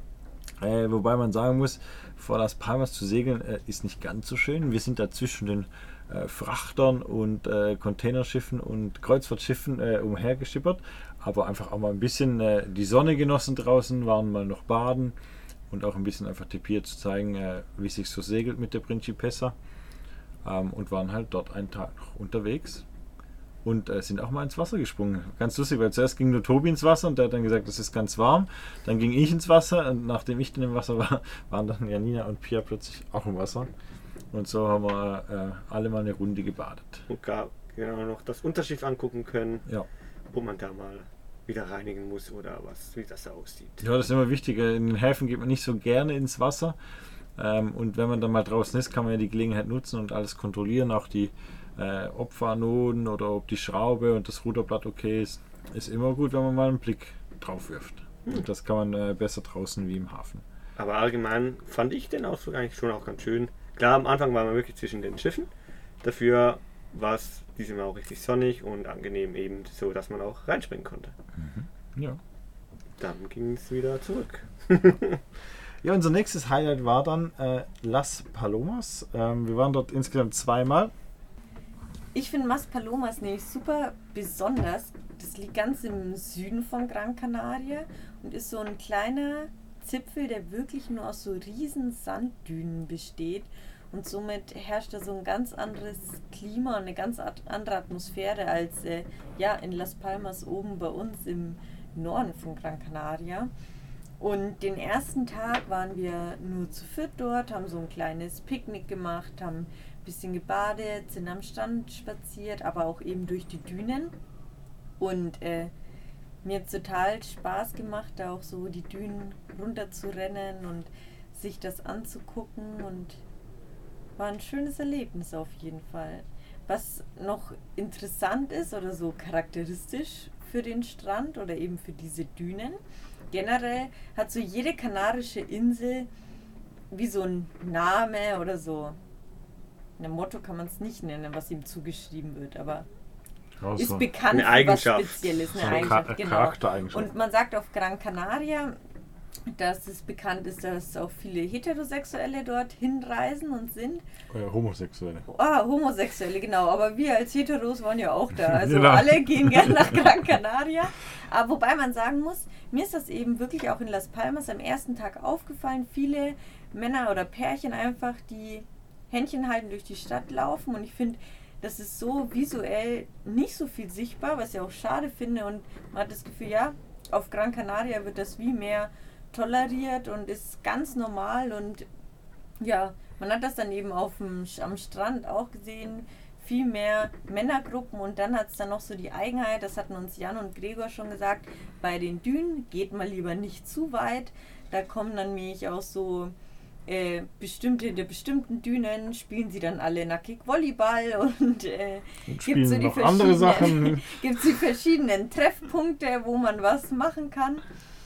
äh, wobei man sagen muss, vor Las Palmas zu segeln äh, ist nicht ganz so schön. Wir sind da zwischen den äh, Frachtern und äh, Containerschiffen und Kreuzfahrtschiffen äh, umhergeschippert, aber einfach auch mal ein bisschen äh, die Sonne genossen draußen, waren mal noch baden und auch ein bisschen einfach Tipier zu zeigen, äh, wie sich so segelt mit der Principessa. Ähm, und waren halt dort einen Tag noch unterwegs und äh, sind auch mal ins Wasser gesprungen. Ganz lustig, weil zuerst ging nur Tobi ins Wasser und der hat dann gesagt, das ist ganz warm. Dann ging ich ins Wasser und nachdem ich dann im Wasser war, waren dann Janina und Pia plötzlich auch im Wasser. Und so haben wir äh, alle mal eine Runde gebadet. Und gar genau noch das Unterschiff angucken können, ja. Wo man da mal wieder reinigen muss oder was, wie das aussieht. Ja, das ist immer wichtig. In den Häfen geht man nicht so gerne ins Wasser. Ähm, und wenn man dann mal draußen ist, kann man ja die Gelegenheit nutzen und alles kontrollieren. Auch die äh, Opfernoden oder ob die Schraube und das Ruderblatt okay ist. Ist immer gut, wenn man mal einen Blick drauf wirft. Hm. Und das kann man äh, besser draußen wie im Hafen. Aber allgemein fand ich den Ausflug eigentlich schon auch ganz schön. Klar, am Anfang waren wir wirklich zwischen den Schiffen. Dafür war es diesmal auch richtig sonnig und angenehm eben so, dass man auch reinspringen konnte. Mhm. Ja. Dann ging es wieder zurück. Ja, unser nächstes Highlight war dann äh, Las Palomas. Ähm, wir waren dort insgesamt zweimal. Ich finde Las Palomas nämlich super besonders. Das liegt ganz im Süden von Gran Canaria und ist so ein kleiner Zipfel, der wirklich nur aus so riesen Sanddünen besteht. Und somit herrscht da so ein ganz anderes Klima und eine ganz andere Atmosphäre als äh, ja, in Las Palmas oben bei uns im Norden von Gran Canaria. Und den ersten Tag waren wir nur zu viert dort, haben so ein kleines Picknick gemacht, haben ein bisschen gebadet, sind am Strand spaziert, aber auch eben durch die Dünen. Und äh, mir hat es total Spaß gemacht, da auch so die Dünen runter zu rennen und sich das anzugucken und war ein schönes Erlebnis auf jeden Fall. Was noch interessant ist oder so charakteristisch für den Strand oder eben für diese Dünen, generell hat so jede kanarische Insel wie so ein Name oder so. Ein Motto kann man es nicht nennen, was ihm zugeschrieben wird, aber also ist bekannt eine für was Eigenschaft. Spezielles. Eine eine Eigenschaft, Ka- genau. Charaktereigenschaft. Und man sagt auf Gran Canaria, dass es bekannt ist, dass auch viele Heterosexuelle dort hinreisen und sind. Äh, Homosexuelle. Ah, Homosexuelle, genau. Aber wir als Heteros waren ja auch da. Also genau. Alle gehen gerne nach Gran Canaria. Aber wobei man sagen muss, mir ist das eben wirklich auch in Las Palmas am ersten Tag aufgefallen. Viele Männer oder Pärchen einfach, die Händchen halten durch die Stadt laufen und ich finde, das ist so visuell nicht so viel sichtbar, was ich auch schade finde und man hat das Gefühl, ja, auf Gran Canaria wird das wie mehr toleriert und ist ganz normal und ja, man hat das dann eben auf dem, am Strand auch gesehen, viel mehr Männergruppen und dann hat es dann noch so die Eigenheit, das hatten uns Jan und Gregor schon gesagt, bei den Dünen geht man lieber nicht zu weit, da kommen dann nämlich auch so äh, bestimmte, in der bestimmten Dünen spielen sie dann alle nackig Volleyball und äh, gibt so die noch andere Sachen. Gibt die verschiedenen Treffpunkte, wo man was machen kann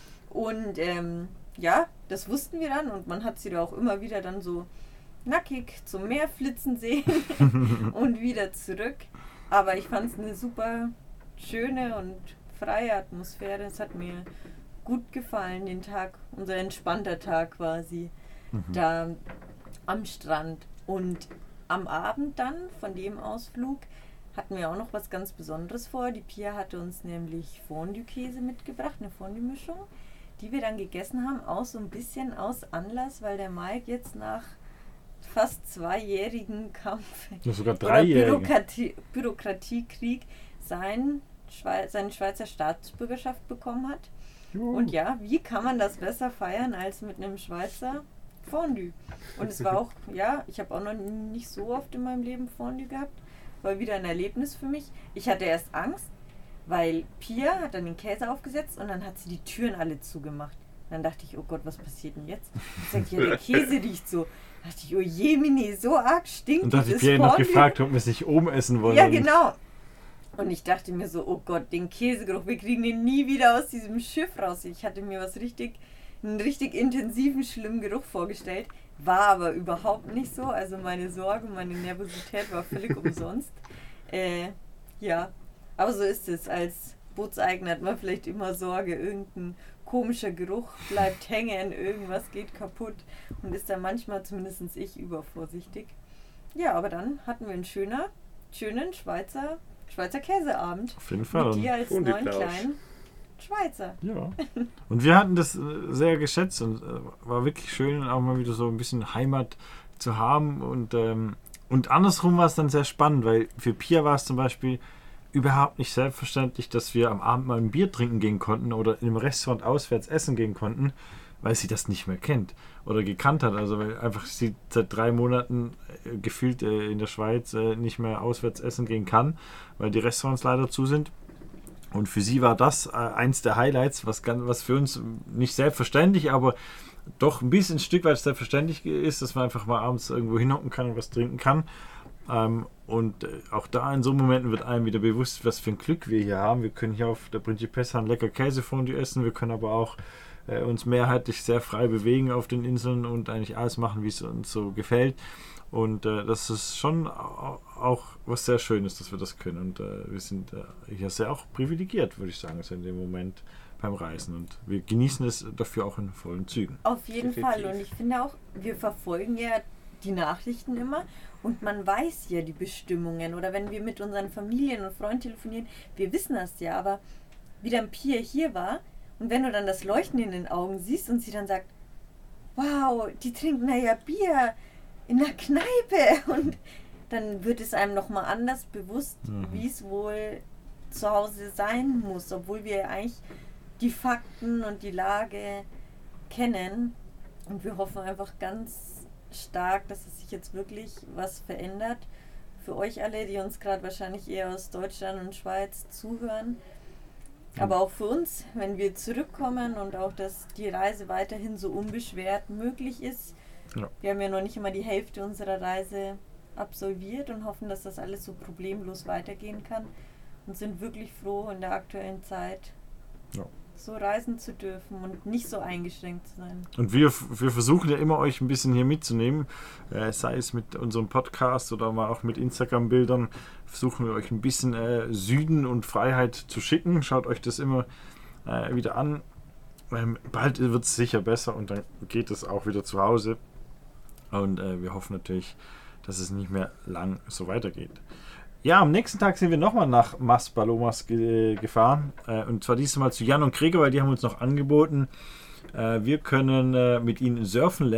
und ähm, ja, das wussten wir dann und man hat sie da auch immer wieder dann so nackig zum Meer flitzen sehen und wieder zurück. Aber ich fand es eine super schöne und freie Atmosphäre. Es hat mir gut gefallen, den Tag, unser entspannter Tag quasi, mhm. da am Strand. Und am Abend dann von dem Ausflug hatten wir auch noch was ganz Besonderes vor. Die Pia hatte uns nämlich Fondue-Käse mitgebracht, eine Fondue-Mischung, die wir dann gegessen haben, auch so ein bisschen aus Anlass, weil der Mike jetzt nach fast zweijährigen Kampf ja, sogar dreijährigen Bürokratie, Bürokratiekrieg sein, Schweiz, seine Schweizer Staatsbürgerschaft bekommen hat. Juhu. Und ja, wie kann man das besser feiern als mit einem Schweizer Fondue? Und es war auch, ja, ich habe auch noch nicht so oft in meinem Leben Fondue gehabt, war wieder ein Erlebnis für mich. Ich hatte erst Angst, weil Pia hat dann den Käse aufgesetzt und dann hat sie die Türen alle zugemacht. Dann dachte ich, oh Gott, was passiert denn jetzt? Ich sagte, ja, der Käse riecht so. Da dachte ich, oh Jemini, so arg stinkt. Und da hat die Pia noch gefragt, ob wir es nicht oben essen wollen. Ja, genau. Und ich dachte mir so, oh Gott, den Käsegeruch, wir kriegen den nie wieder aus diesem Schiff raus. Ich hatte mir was richtig, einen richtig intensiven, schlimmen Geruch vorgestellt. War aber überhaupt nicht so. Also meine Sorge, meine Nervosität war völlig umsonst. Äh, ja, aber so ist es. Als Bootseigner hat man vielleicht immer Sorge, irgendein komischer Geruch bleibt hängen, irgendwas geht kaputt und ist dann manchmal, zumindest ich, übervorsichtig. Ja, aber dann hatten wir einen schöner, schönen Schweizer, Schweizer Käseabend. Auf jeden Fall. Mit dir als und neuen kleinen Schweizer. Ja. Und wir hatten das sehr geschätzt und äh, war wirklich schön, auch mal wieder so ein bisschen Heimat zu haben und, ähm, und andersrum war es dann sehr spannend, weil für Pia war es zum Beispiel überhaupt nicht selbstverständlich, dass wir am Abend mal ein Bier trinken gehen konnten oder in einem Restaurant auswärts essen gehen konnten, weil sie das nicht mehr kennt oder gekannt hat. Also weil einfach sie seit drei Monaten äh, gefühlt äh, in der Schweiz äh, nicht mehr auswärts essen gehen kann, weil die Restaurants leider zu sind. Und für sie war das äh, eins der Highlights, was, ganz, was für uns nicht selbstverständlich, aber doch ein bisschen ein Stück weit selbstverständlich ist, dass man einfach mal abends irgendwo hinhocken kann und was trinken kann. Ähm, und äh, auch da in so Momenten wird einem wieder bewusst, was für ein Glück wir hier haben. Wir können hier auf der Principessa ein lecker Käsefondue essen, wir können aber auch äh, uns mehrheitlich sehr frei bewegen auf den Inseln und eigentlich alles machen, wie es uns so gefällt. Und äh, das ist schon auch was sehr Schönes, dass wir das können. Und äh, wir sind äh, hier sehr auch privilegiert, würde ich sagen, also in dem Moment beim Reisen. Und wir genießen es dafür auch in vollen Zügen. Auf jeden Definitiv. Fall. Und ich finde auch, wir verfolgen ja die Nachrichten immer und man weiß ja die Bestimmungen. Oder wenn wir mit unseren Familien und Freunden telefonieren, wir wissen das ja. Aber wie dann Pia hier war und wenn du dann das Leuchten in den Augen siehst und sie dann sagt, wow, die trinken ja Bier in der Kneipe und dann wird es einem nochmal anders bewusst, mhm. wie es wohl zu Hause sein muss, obwohl wir eigentlich die Fakten und die Lage kennen und wir hoffen einfach ganz stark, dass es sich jetzt wirklich was verändert für euch alle, die uns gerade wahrscheinlich eher aus Deutschland und Schweiz zuhören, mhm. aber auch für uns, wenn wir zurückkommen und auch, dass die Reise weiterhin so unbeschwert möglich ist. Ja. Wir haben ja noch nicht immer die Hälfte unserer Reise absolviert und hoffen, dass das alles so problemlos weitergehen kann und sind wirklich froh, in der aktuellen Zeit ja. so reisen zu dürfen und nicht so eingeschränkt zu sein. Und wir, wir versuchen ja immer, euch ein bisschen hier mitzunehmen, äh, sei es mit unserem Podcast oder mal auch mit Instagram-Bildern, versuchen wir euch ein bisschen äh, Süden und Freiheit zu schicken. Schaut euch das immer äh, wieder an. Ähm, bald wird es sicher besser und dann geht es auch wieder zu Hause. Und äh, wir hoffen natürlich, dass es nicht mehr lang so weitergeht. Ja, am nächsten Tag sind wir nochmal nach Mas Palomas ge- gefahren. Äh, und zwar dieses Mal zu Jan und Gregor, weil die haben uns noch angeboten, äh, wir können äh, mit ihnen surfen lernen.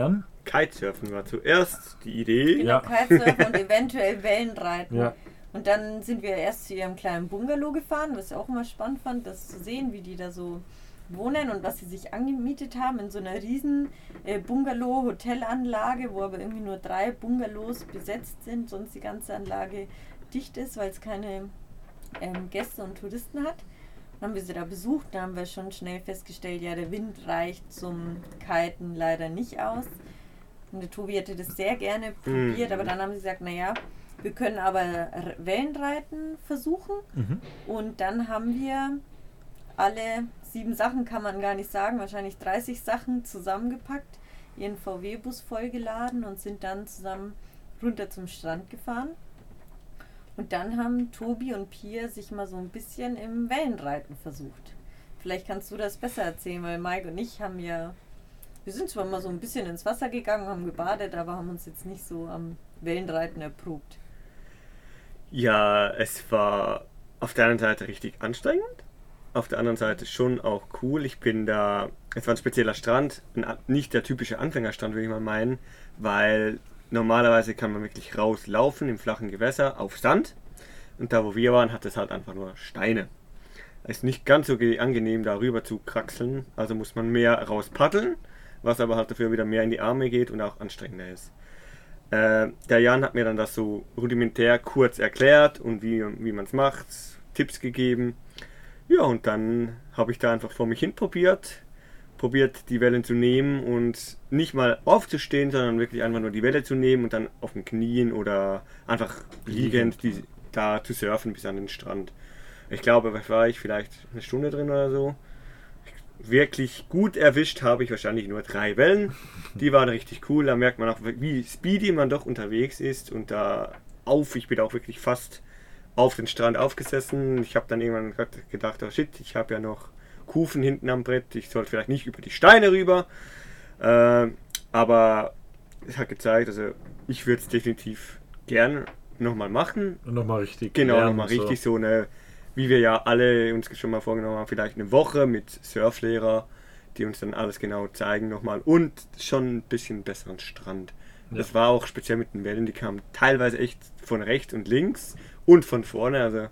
Kitesurfen war zuerst die Idee. Genau, Ja. Kitesurfen und eventuell Wellenreiten. Ja. Und dann sind wir erst zu ihrem kleinen Bungalow gefahren, was ich auch immer spannend fand, das zu sehen, wie die da so wohnen und was sie sich angemietet haben in so einer riesen äh, Bungalow-Hotelanlage, wo aber irgendwie nur drei Bungalows besetzt sind, sonst die ganze Anlage dicht ist, weil es keine ähm, Gäste und Touristen hat. Dann haben wir sie da besucht, da haben wir schon schnell festgestellt, ja, der Wind reicht zum Kiten leider nicht aus. Und der Tobi hätte das sehr gerne probiert, Mhm. aber dann haben sie gesagt, naja, wir können aber R- Wellenreiten versuchen. Mhm. Und dann haben wir alle sieben Sachen, kann man gar nicht sagen, wahrscheinlich dreißig Sachen zusammengepackt, ihren V W-Bus vollgeladen und sind dann zusammen runter zum Strand gefahren. Und dann haben Tobi und Pia sich mal so ein bisschen im Wellenreiten versucht. Vielleicht kannst du das besser erzählen, weil Mike und ich haben ja, wir sind zwar mal so ein bisschen ins Wasser gegangen, haben gebadet, aber haben uns jetzt nicht so am Wellenreiten erprobt. Ja, es war auf der einen Seite richtig anstrengend, auf der anderen Seite schon auch cool. Ich bin da, es war ein spezieller Strand, ein, nicht der typische Anfängerstrand, würde ich mal meinen, weil normalerweise kann man wirklich rauslaufen im flachen Gewässer auf Sand und da, wo wir waren, hat es halt einfach nur Steine. Es ist nicht ganz so ge- angenehm, da rüber zu kraxeln, also muss man mehr raus paddeln, was aber halt dafür wieder mehr in die Arme geht und auch anstrengender ist. Äh, der Jan hat mir dann das so rudimentär kurz erklärt und wie, wie man es macht, Tipps gegeben. Ja, und dann habe ich da einfach vor mich hin probiert, probiert die Wellen zu nehmen und nicht mal aufzustehen, sondern wirklich einfach nur die Welle zu nehmen und dann auf den Knien oder einfach liegend die, da zu surfen bis an den Strand. Ich glaube, was war ich, vielleicht eine Stunde drin oder so. Wirklich gut erwischt habe ich wahrscheinlich nur drei Wellen. Die waren richtig cool. Da merkt man auch, wie speedy man doch unterwegs ist. Und da auf, ich bin auch wirklich fast auf den Strand aufgesessen. Ich habe dann irgendwann gedacht, oh shit, ich habe ja noch Kufen hinten am Brett. Ich sollte vielleicht nicht über die Steine rüber. Äh, aber es hat gezeigt, also ich würde es definitiv gern nochmal machen. Und nochmal richtig. Genau, lernen, nochmal richtig so eine, wie wir ja alle uns schon mal vorgenommen haben, vielleicht eine Woche mit Surflehrer, die uns dann alles genau zeigen nochmal und schon ein bisschen besseren Strand. Ja. Das war auch speziell mit den Wellen, die kamen teilweise echt von rechts und links und von vorne, also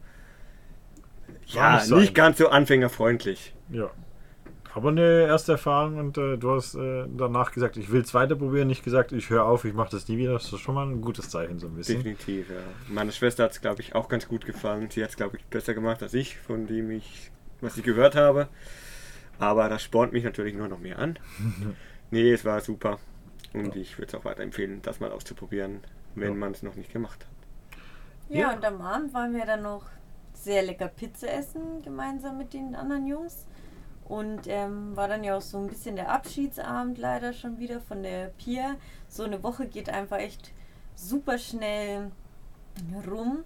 ja, nicht so nicht einfach. ganz so anfängerfreundlich. Ja. Aber eine erste Erfahrung und äh, du hast äh, danach gesagt, ich will es weiter probieren, nicht gesagt, ich höre auf, ich mache das nie wieder. Das ist schon mal ein gutes Zeichen, so ein bisschen. Definitiv, ja. Meiner Schwester hat es, glaube ich, auch ganz gut gefallen. Sie hat es, glaube ich, besser gemacht als ich, von dem ich, was ich gehört habe. Aber das spornt mich natürlich nur noch mehr an. Nee, es war super. Und Ja. ich würde es auch weiterempfehlen, das mal auszuprobieren, wenn Ja. man es noch nicht gemacht hat. Ja, Ja. und am Abend waren wir dann noch sehr lecker Pizza essen, gemeinsam mit den anderen Jungs. Und ähm, war dann ja auch so ein bisschen der Abschiedsabend leider schon wieder von der Pia. So eine Woche geht einfach echt super schnell rum.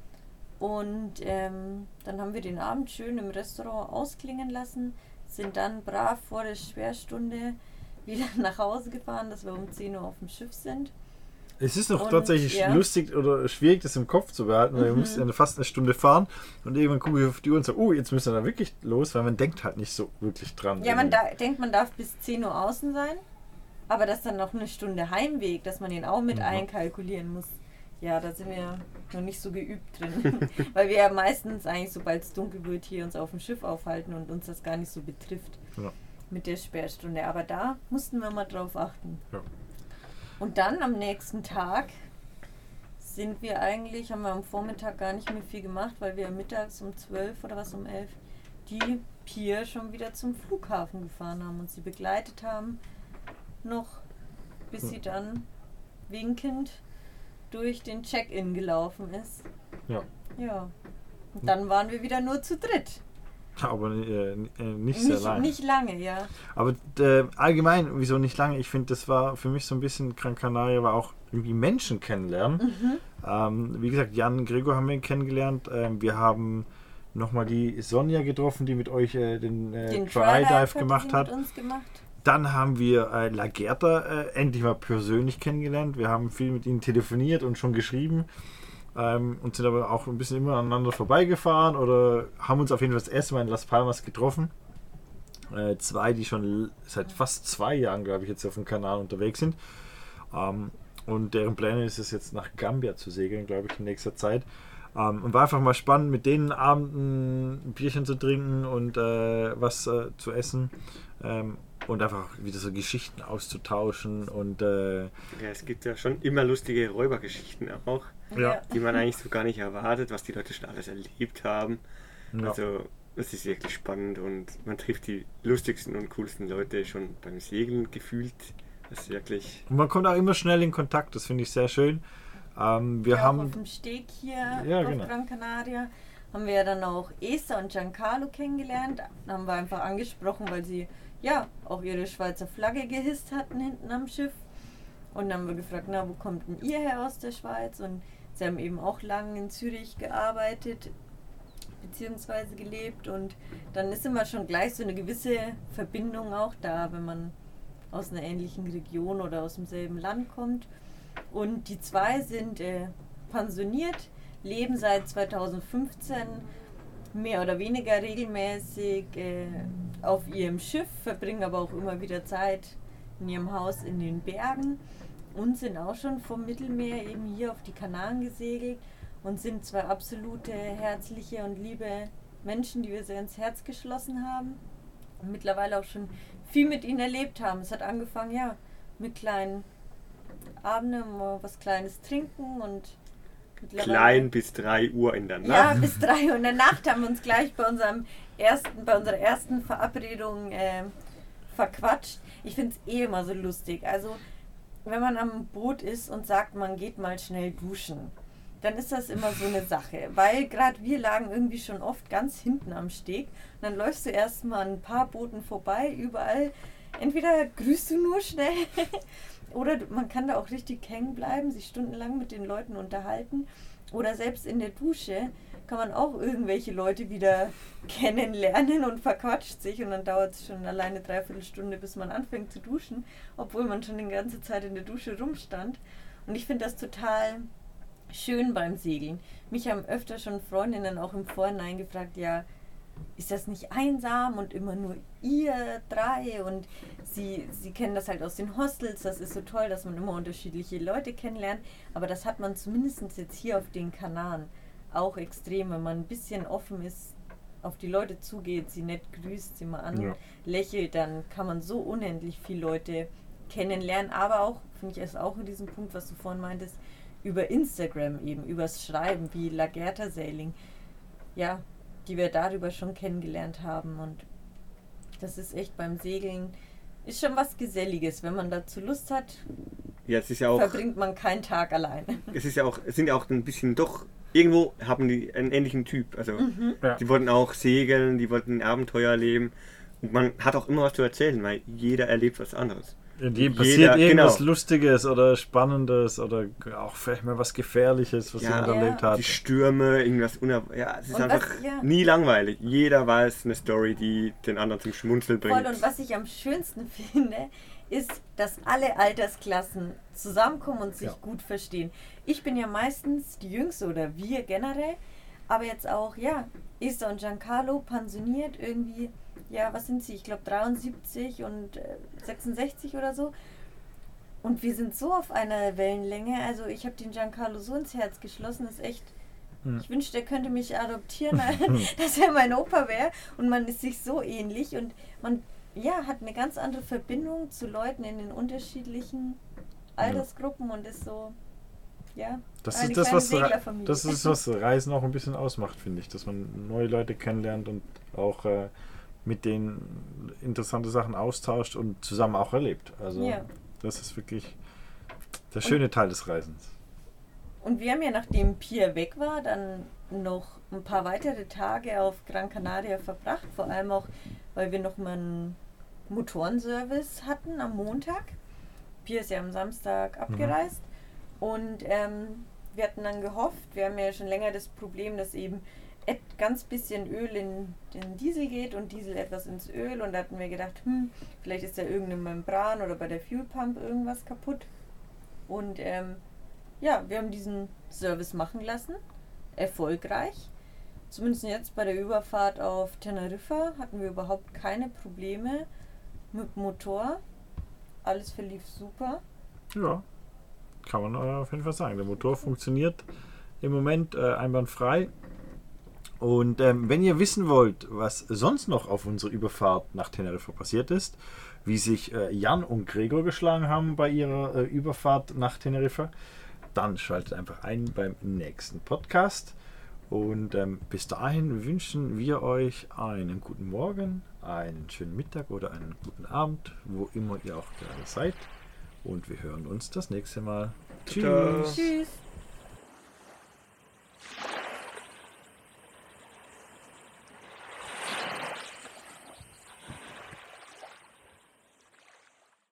Und ähm, dann haben wir den Abend schön im Restaurant ausklingen lassen, sind dann brav vor der Sperrstunde wieder nach Hause gefahren, dass wir um zehn Uhr auf dem Schiff sind. Es ist noch Und, tatsächlich ja. lustig oder schwierig, das im Kopf zu behalten, weil Mhm. wir mussten ja fast eine Stunde fahren und irgendwann gucke ich auf die Uhr und so, oh, jetzt müssen wir da wirklich los, weil man denkt halt nicht so wirklich dran. Ja, man irgendwie. da, denkt, man darf bis zehn Uhr außen sein, aber dass dann noch eine Stunde Heimweg, dass man den auch mit Mhm. einkalkulieren muss. Ja, da sind wir noch nicht so geübt drin, weil wir ja meistens eigentlich, sobald es dunkel wird, hier uns auf dem Schiff aufhalten und uns das gar nicht so betrifft Ja. mit der Sperrstunde. Aber da mussten wir mal drauf achten. Ja. Und dann am nächsten Tag sind wir eigentlich, haben wir am Vormittag gar nicht mehr viel gemacht, weil wir mittags um zwölf oder was um elf die Pia schon wieder zum Flughafen gefahren haben und sie begleitet haben, noch bis sie dann winkend durch den Check-in gelaufen ist. Ja. Ja. Und dann waren wir wieder nur zu dritt. Aber äh, äh, nicht sehr Nicht, lange. nicht lange, ja. Aber äh, allgemein, wieso nicht lange? Ich finde, das war für mich so ein bisschen, Gran Canaria war auch irgendwie Menschen kennenlernen. Mhm. Ähm, wie gesagt, Jan und Gregor haben wir kennengelernt. Ähm, wir haben nochmal die Sonja getroffen, die mit euch äh, den, äh, Den Dry Try-Dive Dive gemacht sie hat. mit uns gemacht. Dann haben wir äh, Lagerta äh, endlich mal persönlich kennengelernt. Wir haben viel mit ihnen telefoniert und schon geschrieben. Ähm, und sind aber auch ein bisschen immer aneinander vorbeigefahren oder haben uns auf jeden Fall das erste Mal in Las Palmas getroffen. Äh, zwei, die schon l- seit fast zwei Jahren, glaube ich, jetzt auf dem Kanal unterwegs sind. Ähm, und deren Pläne ist es jetzt nach Gambia zu segeln, glaube ich, in nächster Zeit. Ähm, und war einfach mal spannend, mit denen Abenden ein Bierchen zu trinken und äh, was äh, zu essen. Ähm, und einfach wieder so Geschichten auszutauschen. Und, äh, ja, es gibt ja schon immer lustige Räubergeschichten auch, ja. die man eigentlich so gar nicht erwartet, was die Leute schon alles erlebt haben. Ja. Also es ist wirklich spannend und man trifft die lustigsten und coolsten Leute schon beim Segeln gefühlt. Das ist wirklich... Und man kommt auch immer schnell in Kontakt, das finde ich sehr schön. Ähm, wir ja, haben auch auf dem Steg hier Ja, auf genau. Gran Canaria haben wir ja dann auch Esther und Giancarlo kennengelernt. Da haben wir einfach angesprochen, weil sie ja auch ihre Schweizer Flagge gehisst hatten hinten am Schiff. Und dann haben wir gefragt, na, wo kommt denn ihr her aus der Schweiz? Und sie haben eben auch lange in Zürich gearbeitet beziehungsweise gelebt. Und dann ist immer schon gleich so eine gewisse Verbindung auch da, wenn man aus einer ähnlichen Region oder aus demselben Land kommt. Und die zwei sind äh, pensioniert, leben seit zweitausendfünfzehn mehr oder weniger regelmäßig äh, auf ihrem Schiff, verbringen aber auch immer wieder Zeit in ihrem Haus in den Bergen und sind auch schon vom Mittelmeer eben hier auf die Kanaren gesegelt und sind zwei absolute herzliche und liebe Menschen, die wir sehr ins Herz geschlossen haben und mittlerweile auch schon viel mit ihnen erlebt haben. Es hat angefangen, ja, mit kleinen Abenden, mal was Kleines trinken und Klein bis drei Uhr in der Nacht. Ja, bis drei Uhr in der Nacht haben wir uns gleich bei unserem ersten, bei unserer ersten Verabredung äh, verquatscht. Ich finde es eh immer so lustig. Also, wenn man am Boot ist und sagt, man geht mal schnell duschen, dann ist das immer so eine Sache. Weil gerade wir lagen irgendwie schon oft ganz hinten am Steg. Und dann läufst du erstmal an ein paar Booten vorbei, überall. Entweder grüßt du nur schnell oder man kann da auch richtig hängen bleiben, sich stundenlang mit den Leuten unterhalten. Oder selbst in der Dusche kann man auch irgendwelche Leute wieder kennenlernen und verquatscht sich. Und dann dauert es schon alleine dreiviertel Stunde, bis man anfängt zu duschen, obwohl man schon die ganze Zeit in der Dusche rumstand. Und ich finde das total schön beim Segeln. Mich haben öfter schon Freundinnen auch im Vorhinein gefragt, ja, ist das nicht einsam und immer nur ihr drei und sie, sie kennen das halt aus den Hostels, das ist so toll, dass man immer unterschiedliche Leute kennenlernt, aber das hat man zumindest jetzt hier auf den Kanaren auch extrem, wenn man ein bisschen offen ist, auf die Leute zugeht, sie nett grüßt, sie mal anlächelt, ja. Dann kann man so unendlich viele Leute kennenlernen, aber auch, finde ich es auch in diesem Punkt, was du vorhin meintest, über Instagram eben, übers Schreiben, wie Lagerta Sailing, ja, die wir darüber schon kennengelernt haben und das ist echt beim Segeln, ist schon was Geselliges, wenn man dazu Lust hat, ja, es ist ja auch, verbringt man keinen Tag alleine. Es ist ja auch, es sind ja auch ein bisschen doch, irgendwo haben die einen ähnlichen Typ, also Mhm. Ja. die wollten auch segeln, die wollten Abenteuer erleben und man hat auch immer was zu erzählen, weil jeder erlebt was anderes. In jedem passiert Jeder- irgendwas genau. Lustiges oder Spannendes oder auch vielleicht mal was Gefährliches, was Ja. jemand Ja. erlebt hat. Die Stürme, irgendwas unerwartetes. Ja, es ist Und einfach was- ja. nie langweilig. Jeder weiß eine Story, die den anderen zum Schmunzeln bringt. Voll, und was ich am schönsten finde, ist, dass alle Altersklassen zusammenkommen und sich Ja. gut verstehen. Ich bin ja meistens die Jüngste oder wir generell, aber jetzt auch, ja, Esther und Giancarlo pensioniert irgendwie, ja, was sind sie? Ich glaube dreiundsiebzig und äh, sechsundsechzig oder so. Und wir sind so auf einer Wellenlänge, also ich habe den Giancarlo so ins Herz geschlossen, ist echt... Hm. Ich wünschte, er könnte mich adoptieren, dass er mein Opa wäre und man ist sich so ähnlich und man ja, hat eine ganz andere Verbindung zu Leuten in den unterschiedlichen Altersgruppen und ist so, ja, Das eine ist das, kleine was, Re- Seglerfamilie. das ist, was Reisen auch ein bisschen ausmacht, finde ich. Dass man neue Leute kennenlernt und auch äh, mit denen interessante Sachen austauscht und zusammen auch erlebt. Also Ja. das ist wirklich der schöne Teil des Reisens. Und wir haben ja, nachdem Pia weg war, dann noch ein paar weitere Tage auf Gran Canaria verbracht, vor allem auch, weil wir noch mal einen Motorenservice hatten am Montag. Pia ist ja am Samstag abgereist und ähm, wir hatten dann gehofft, wir haben ja schon länger das Problem, dass eben et ganz bisschen Öl in den Diesel geht und Diesel etwas ins Öl und da hatten wir gedacht, hm, vielleicht ist da irgendeine Membran oder bei der Fuel Pump irgendwas kaputt und ähm, ja, wir haben diesen Service machen lassen, erfolgreich. Zumindest jetzt bei der Überfahrt auf Teneriffa hatten wir überhaupt keine Probleme mit dem Motor. Alles verlief super. Ja, kann man auf jeden Fall sagen. Der Motor funktioniert im Moment äh, einwandfrei. Und ähm, wenn ihr wissen wollt, was sonst noch auf unserer Überfahrt nach Teneriffa passiert ist, wie sich äh, Jan und Gregor geschlagen haben bei ihrer äh, Überfahrt nach Teneriffa, dann schaltet einfach ein beim nächsten Podcast. Und ähm, bis dahin wünschen wir euch einen guten Morgen, einen schönen Mittag oder einen guten Abend, wo immer ihr auch gerade seid. Und wir hören uns das nächste Mal. Ciao. Tschüss. Tschüss.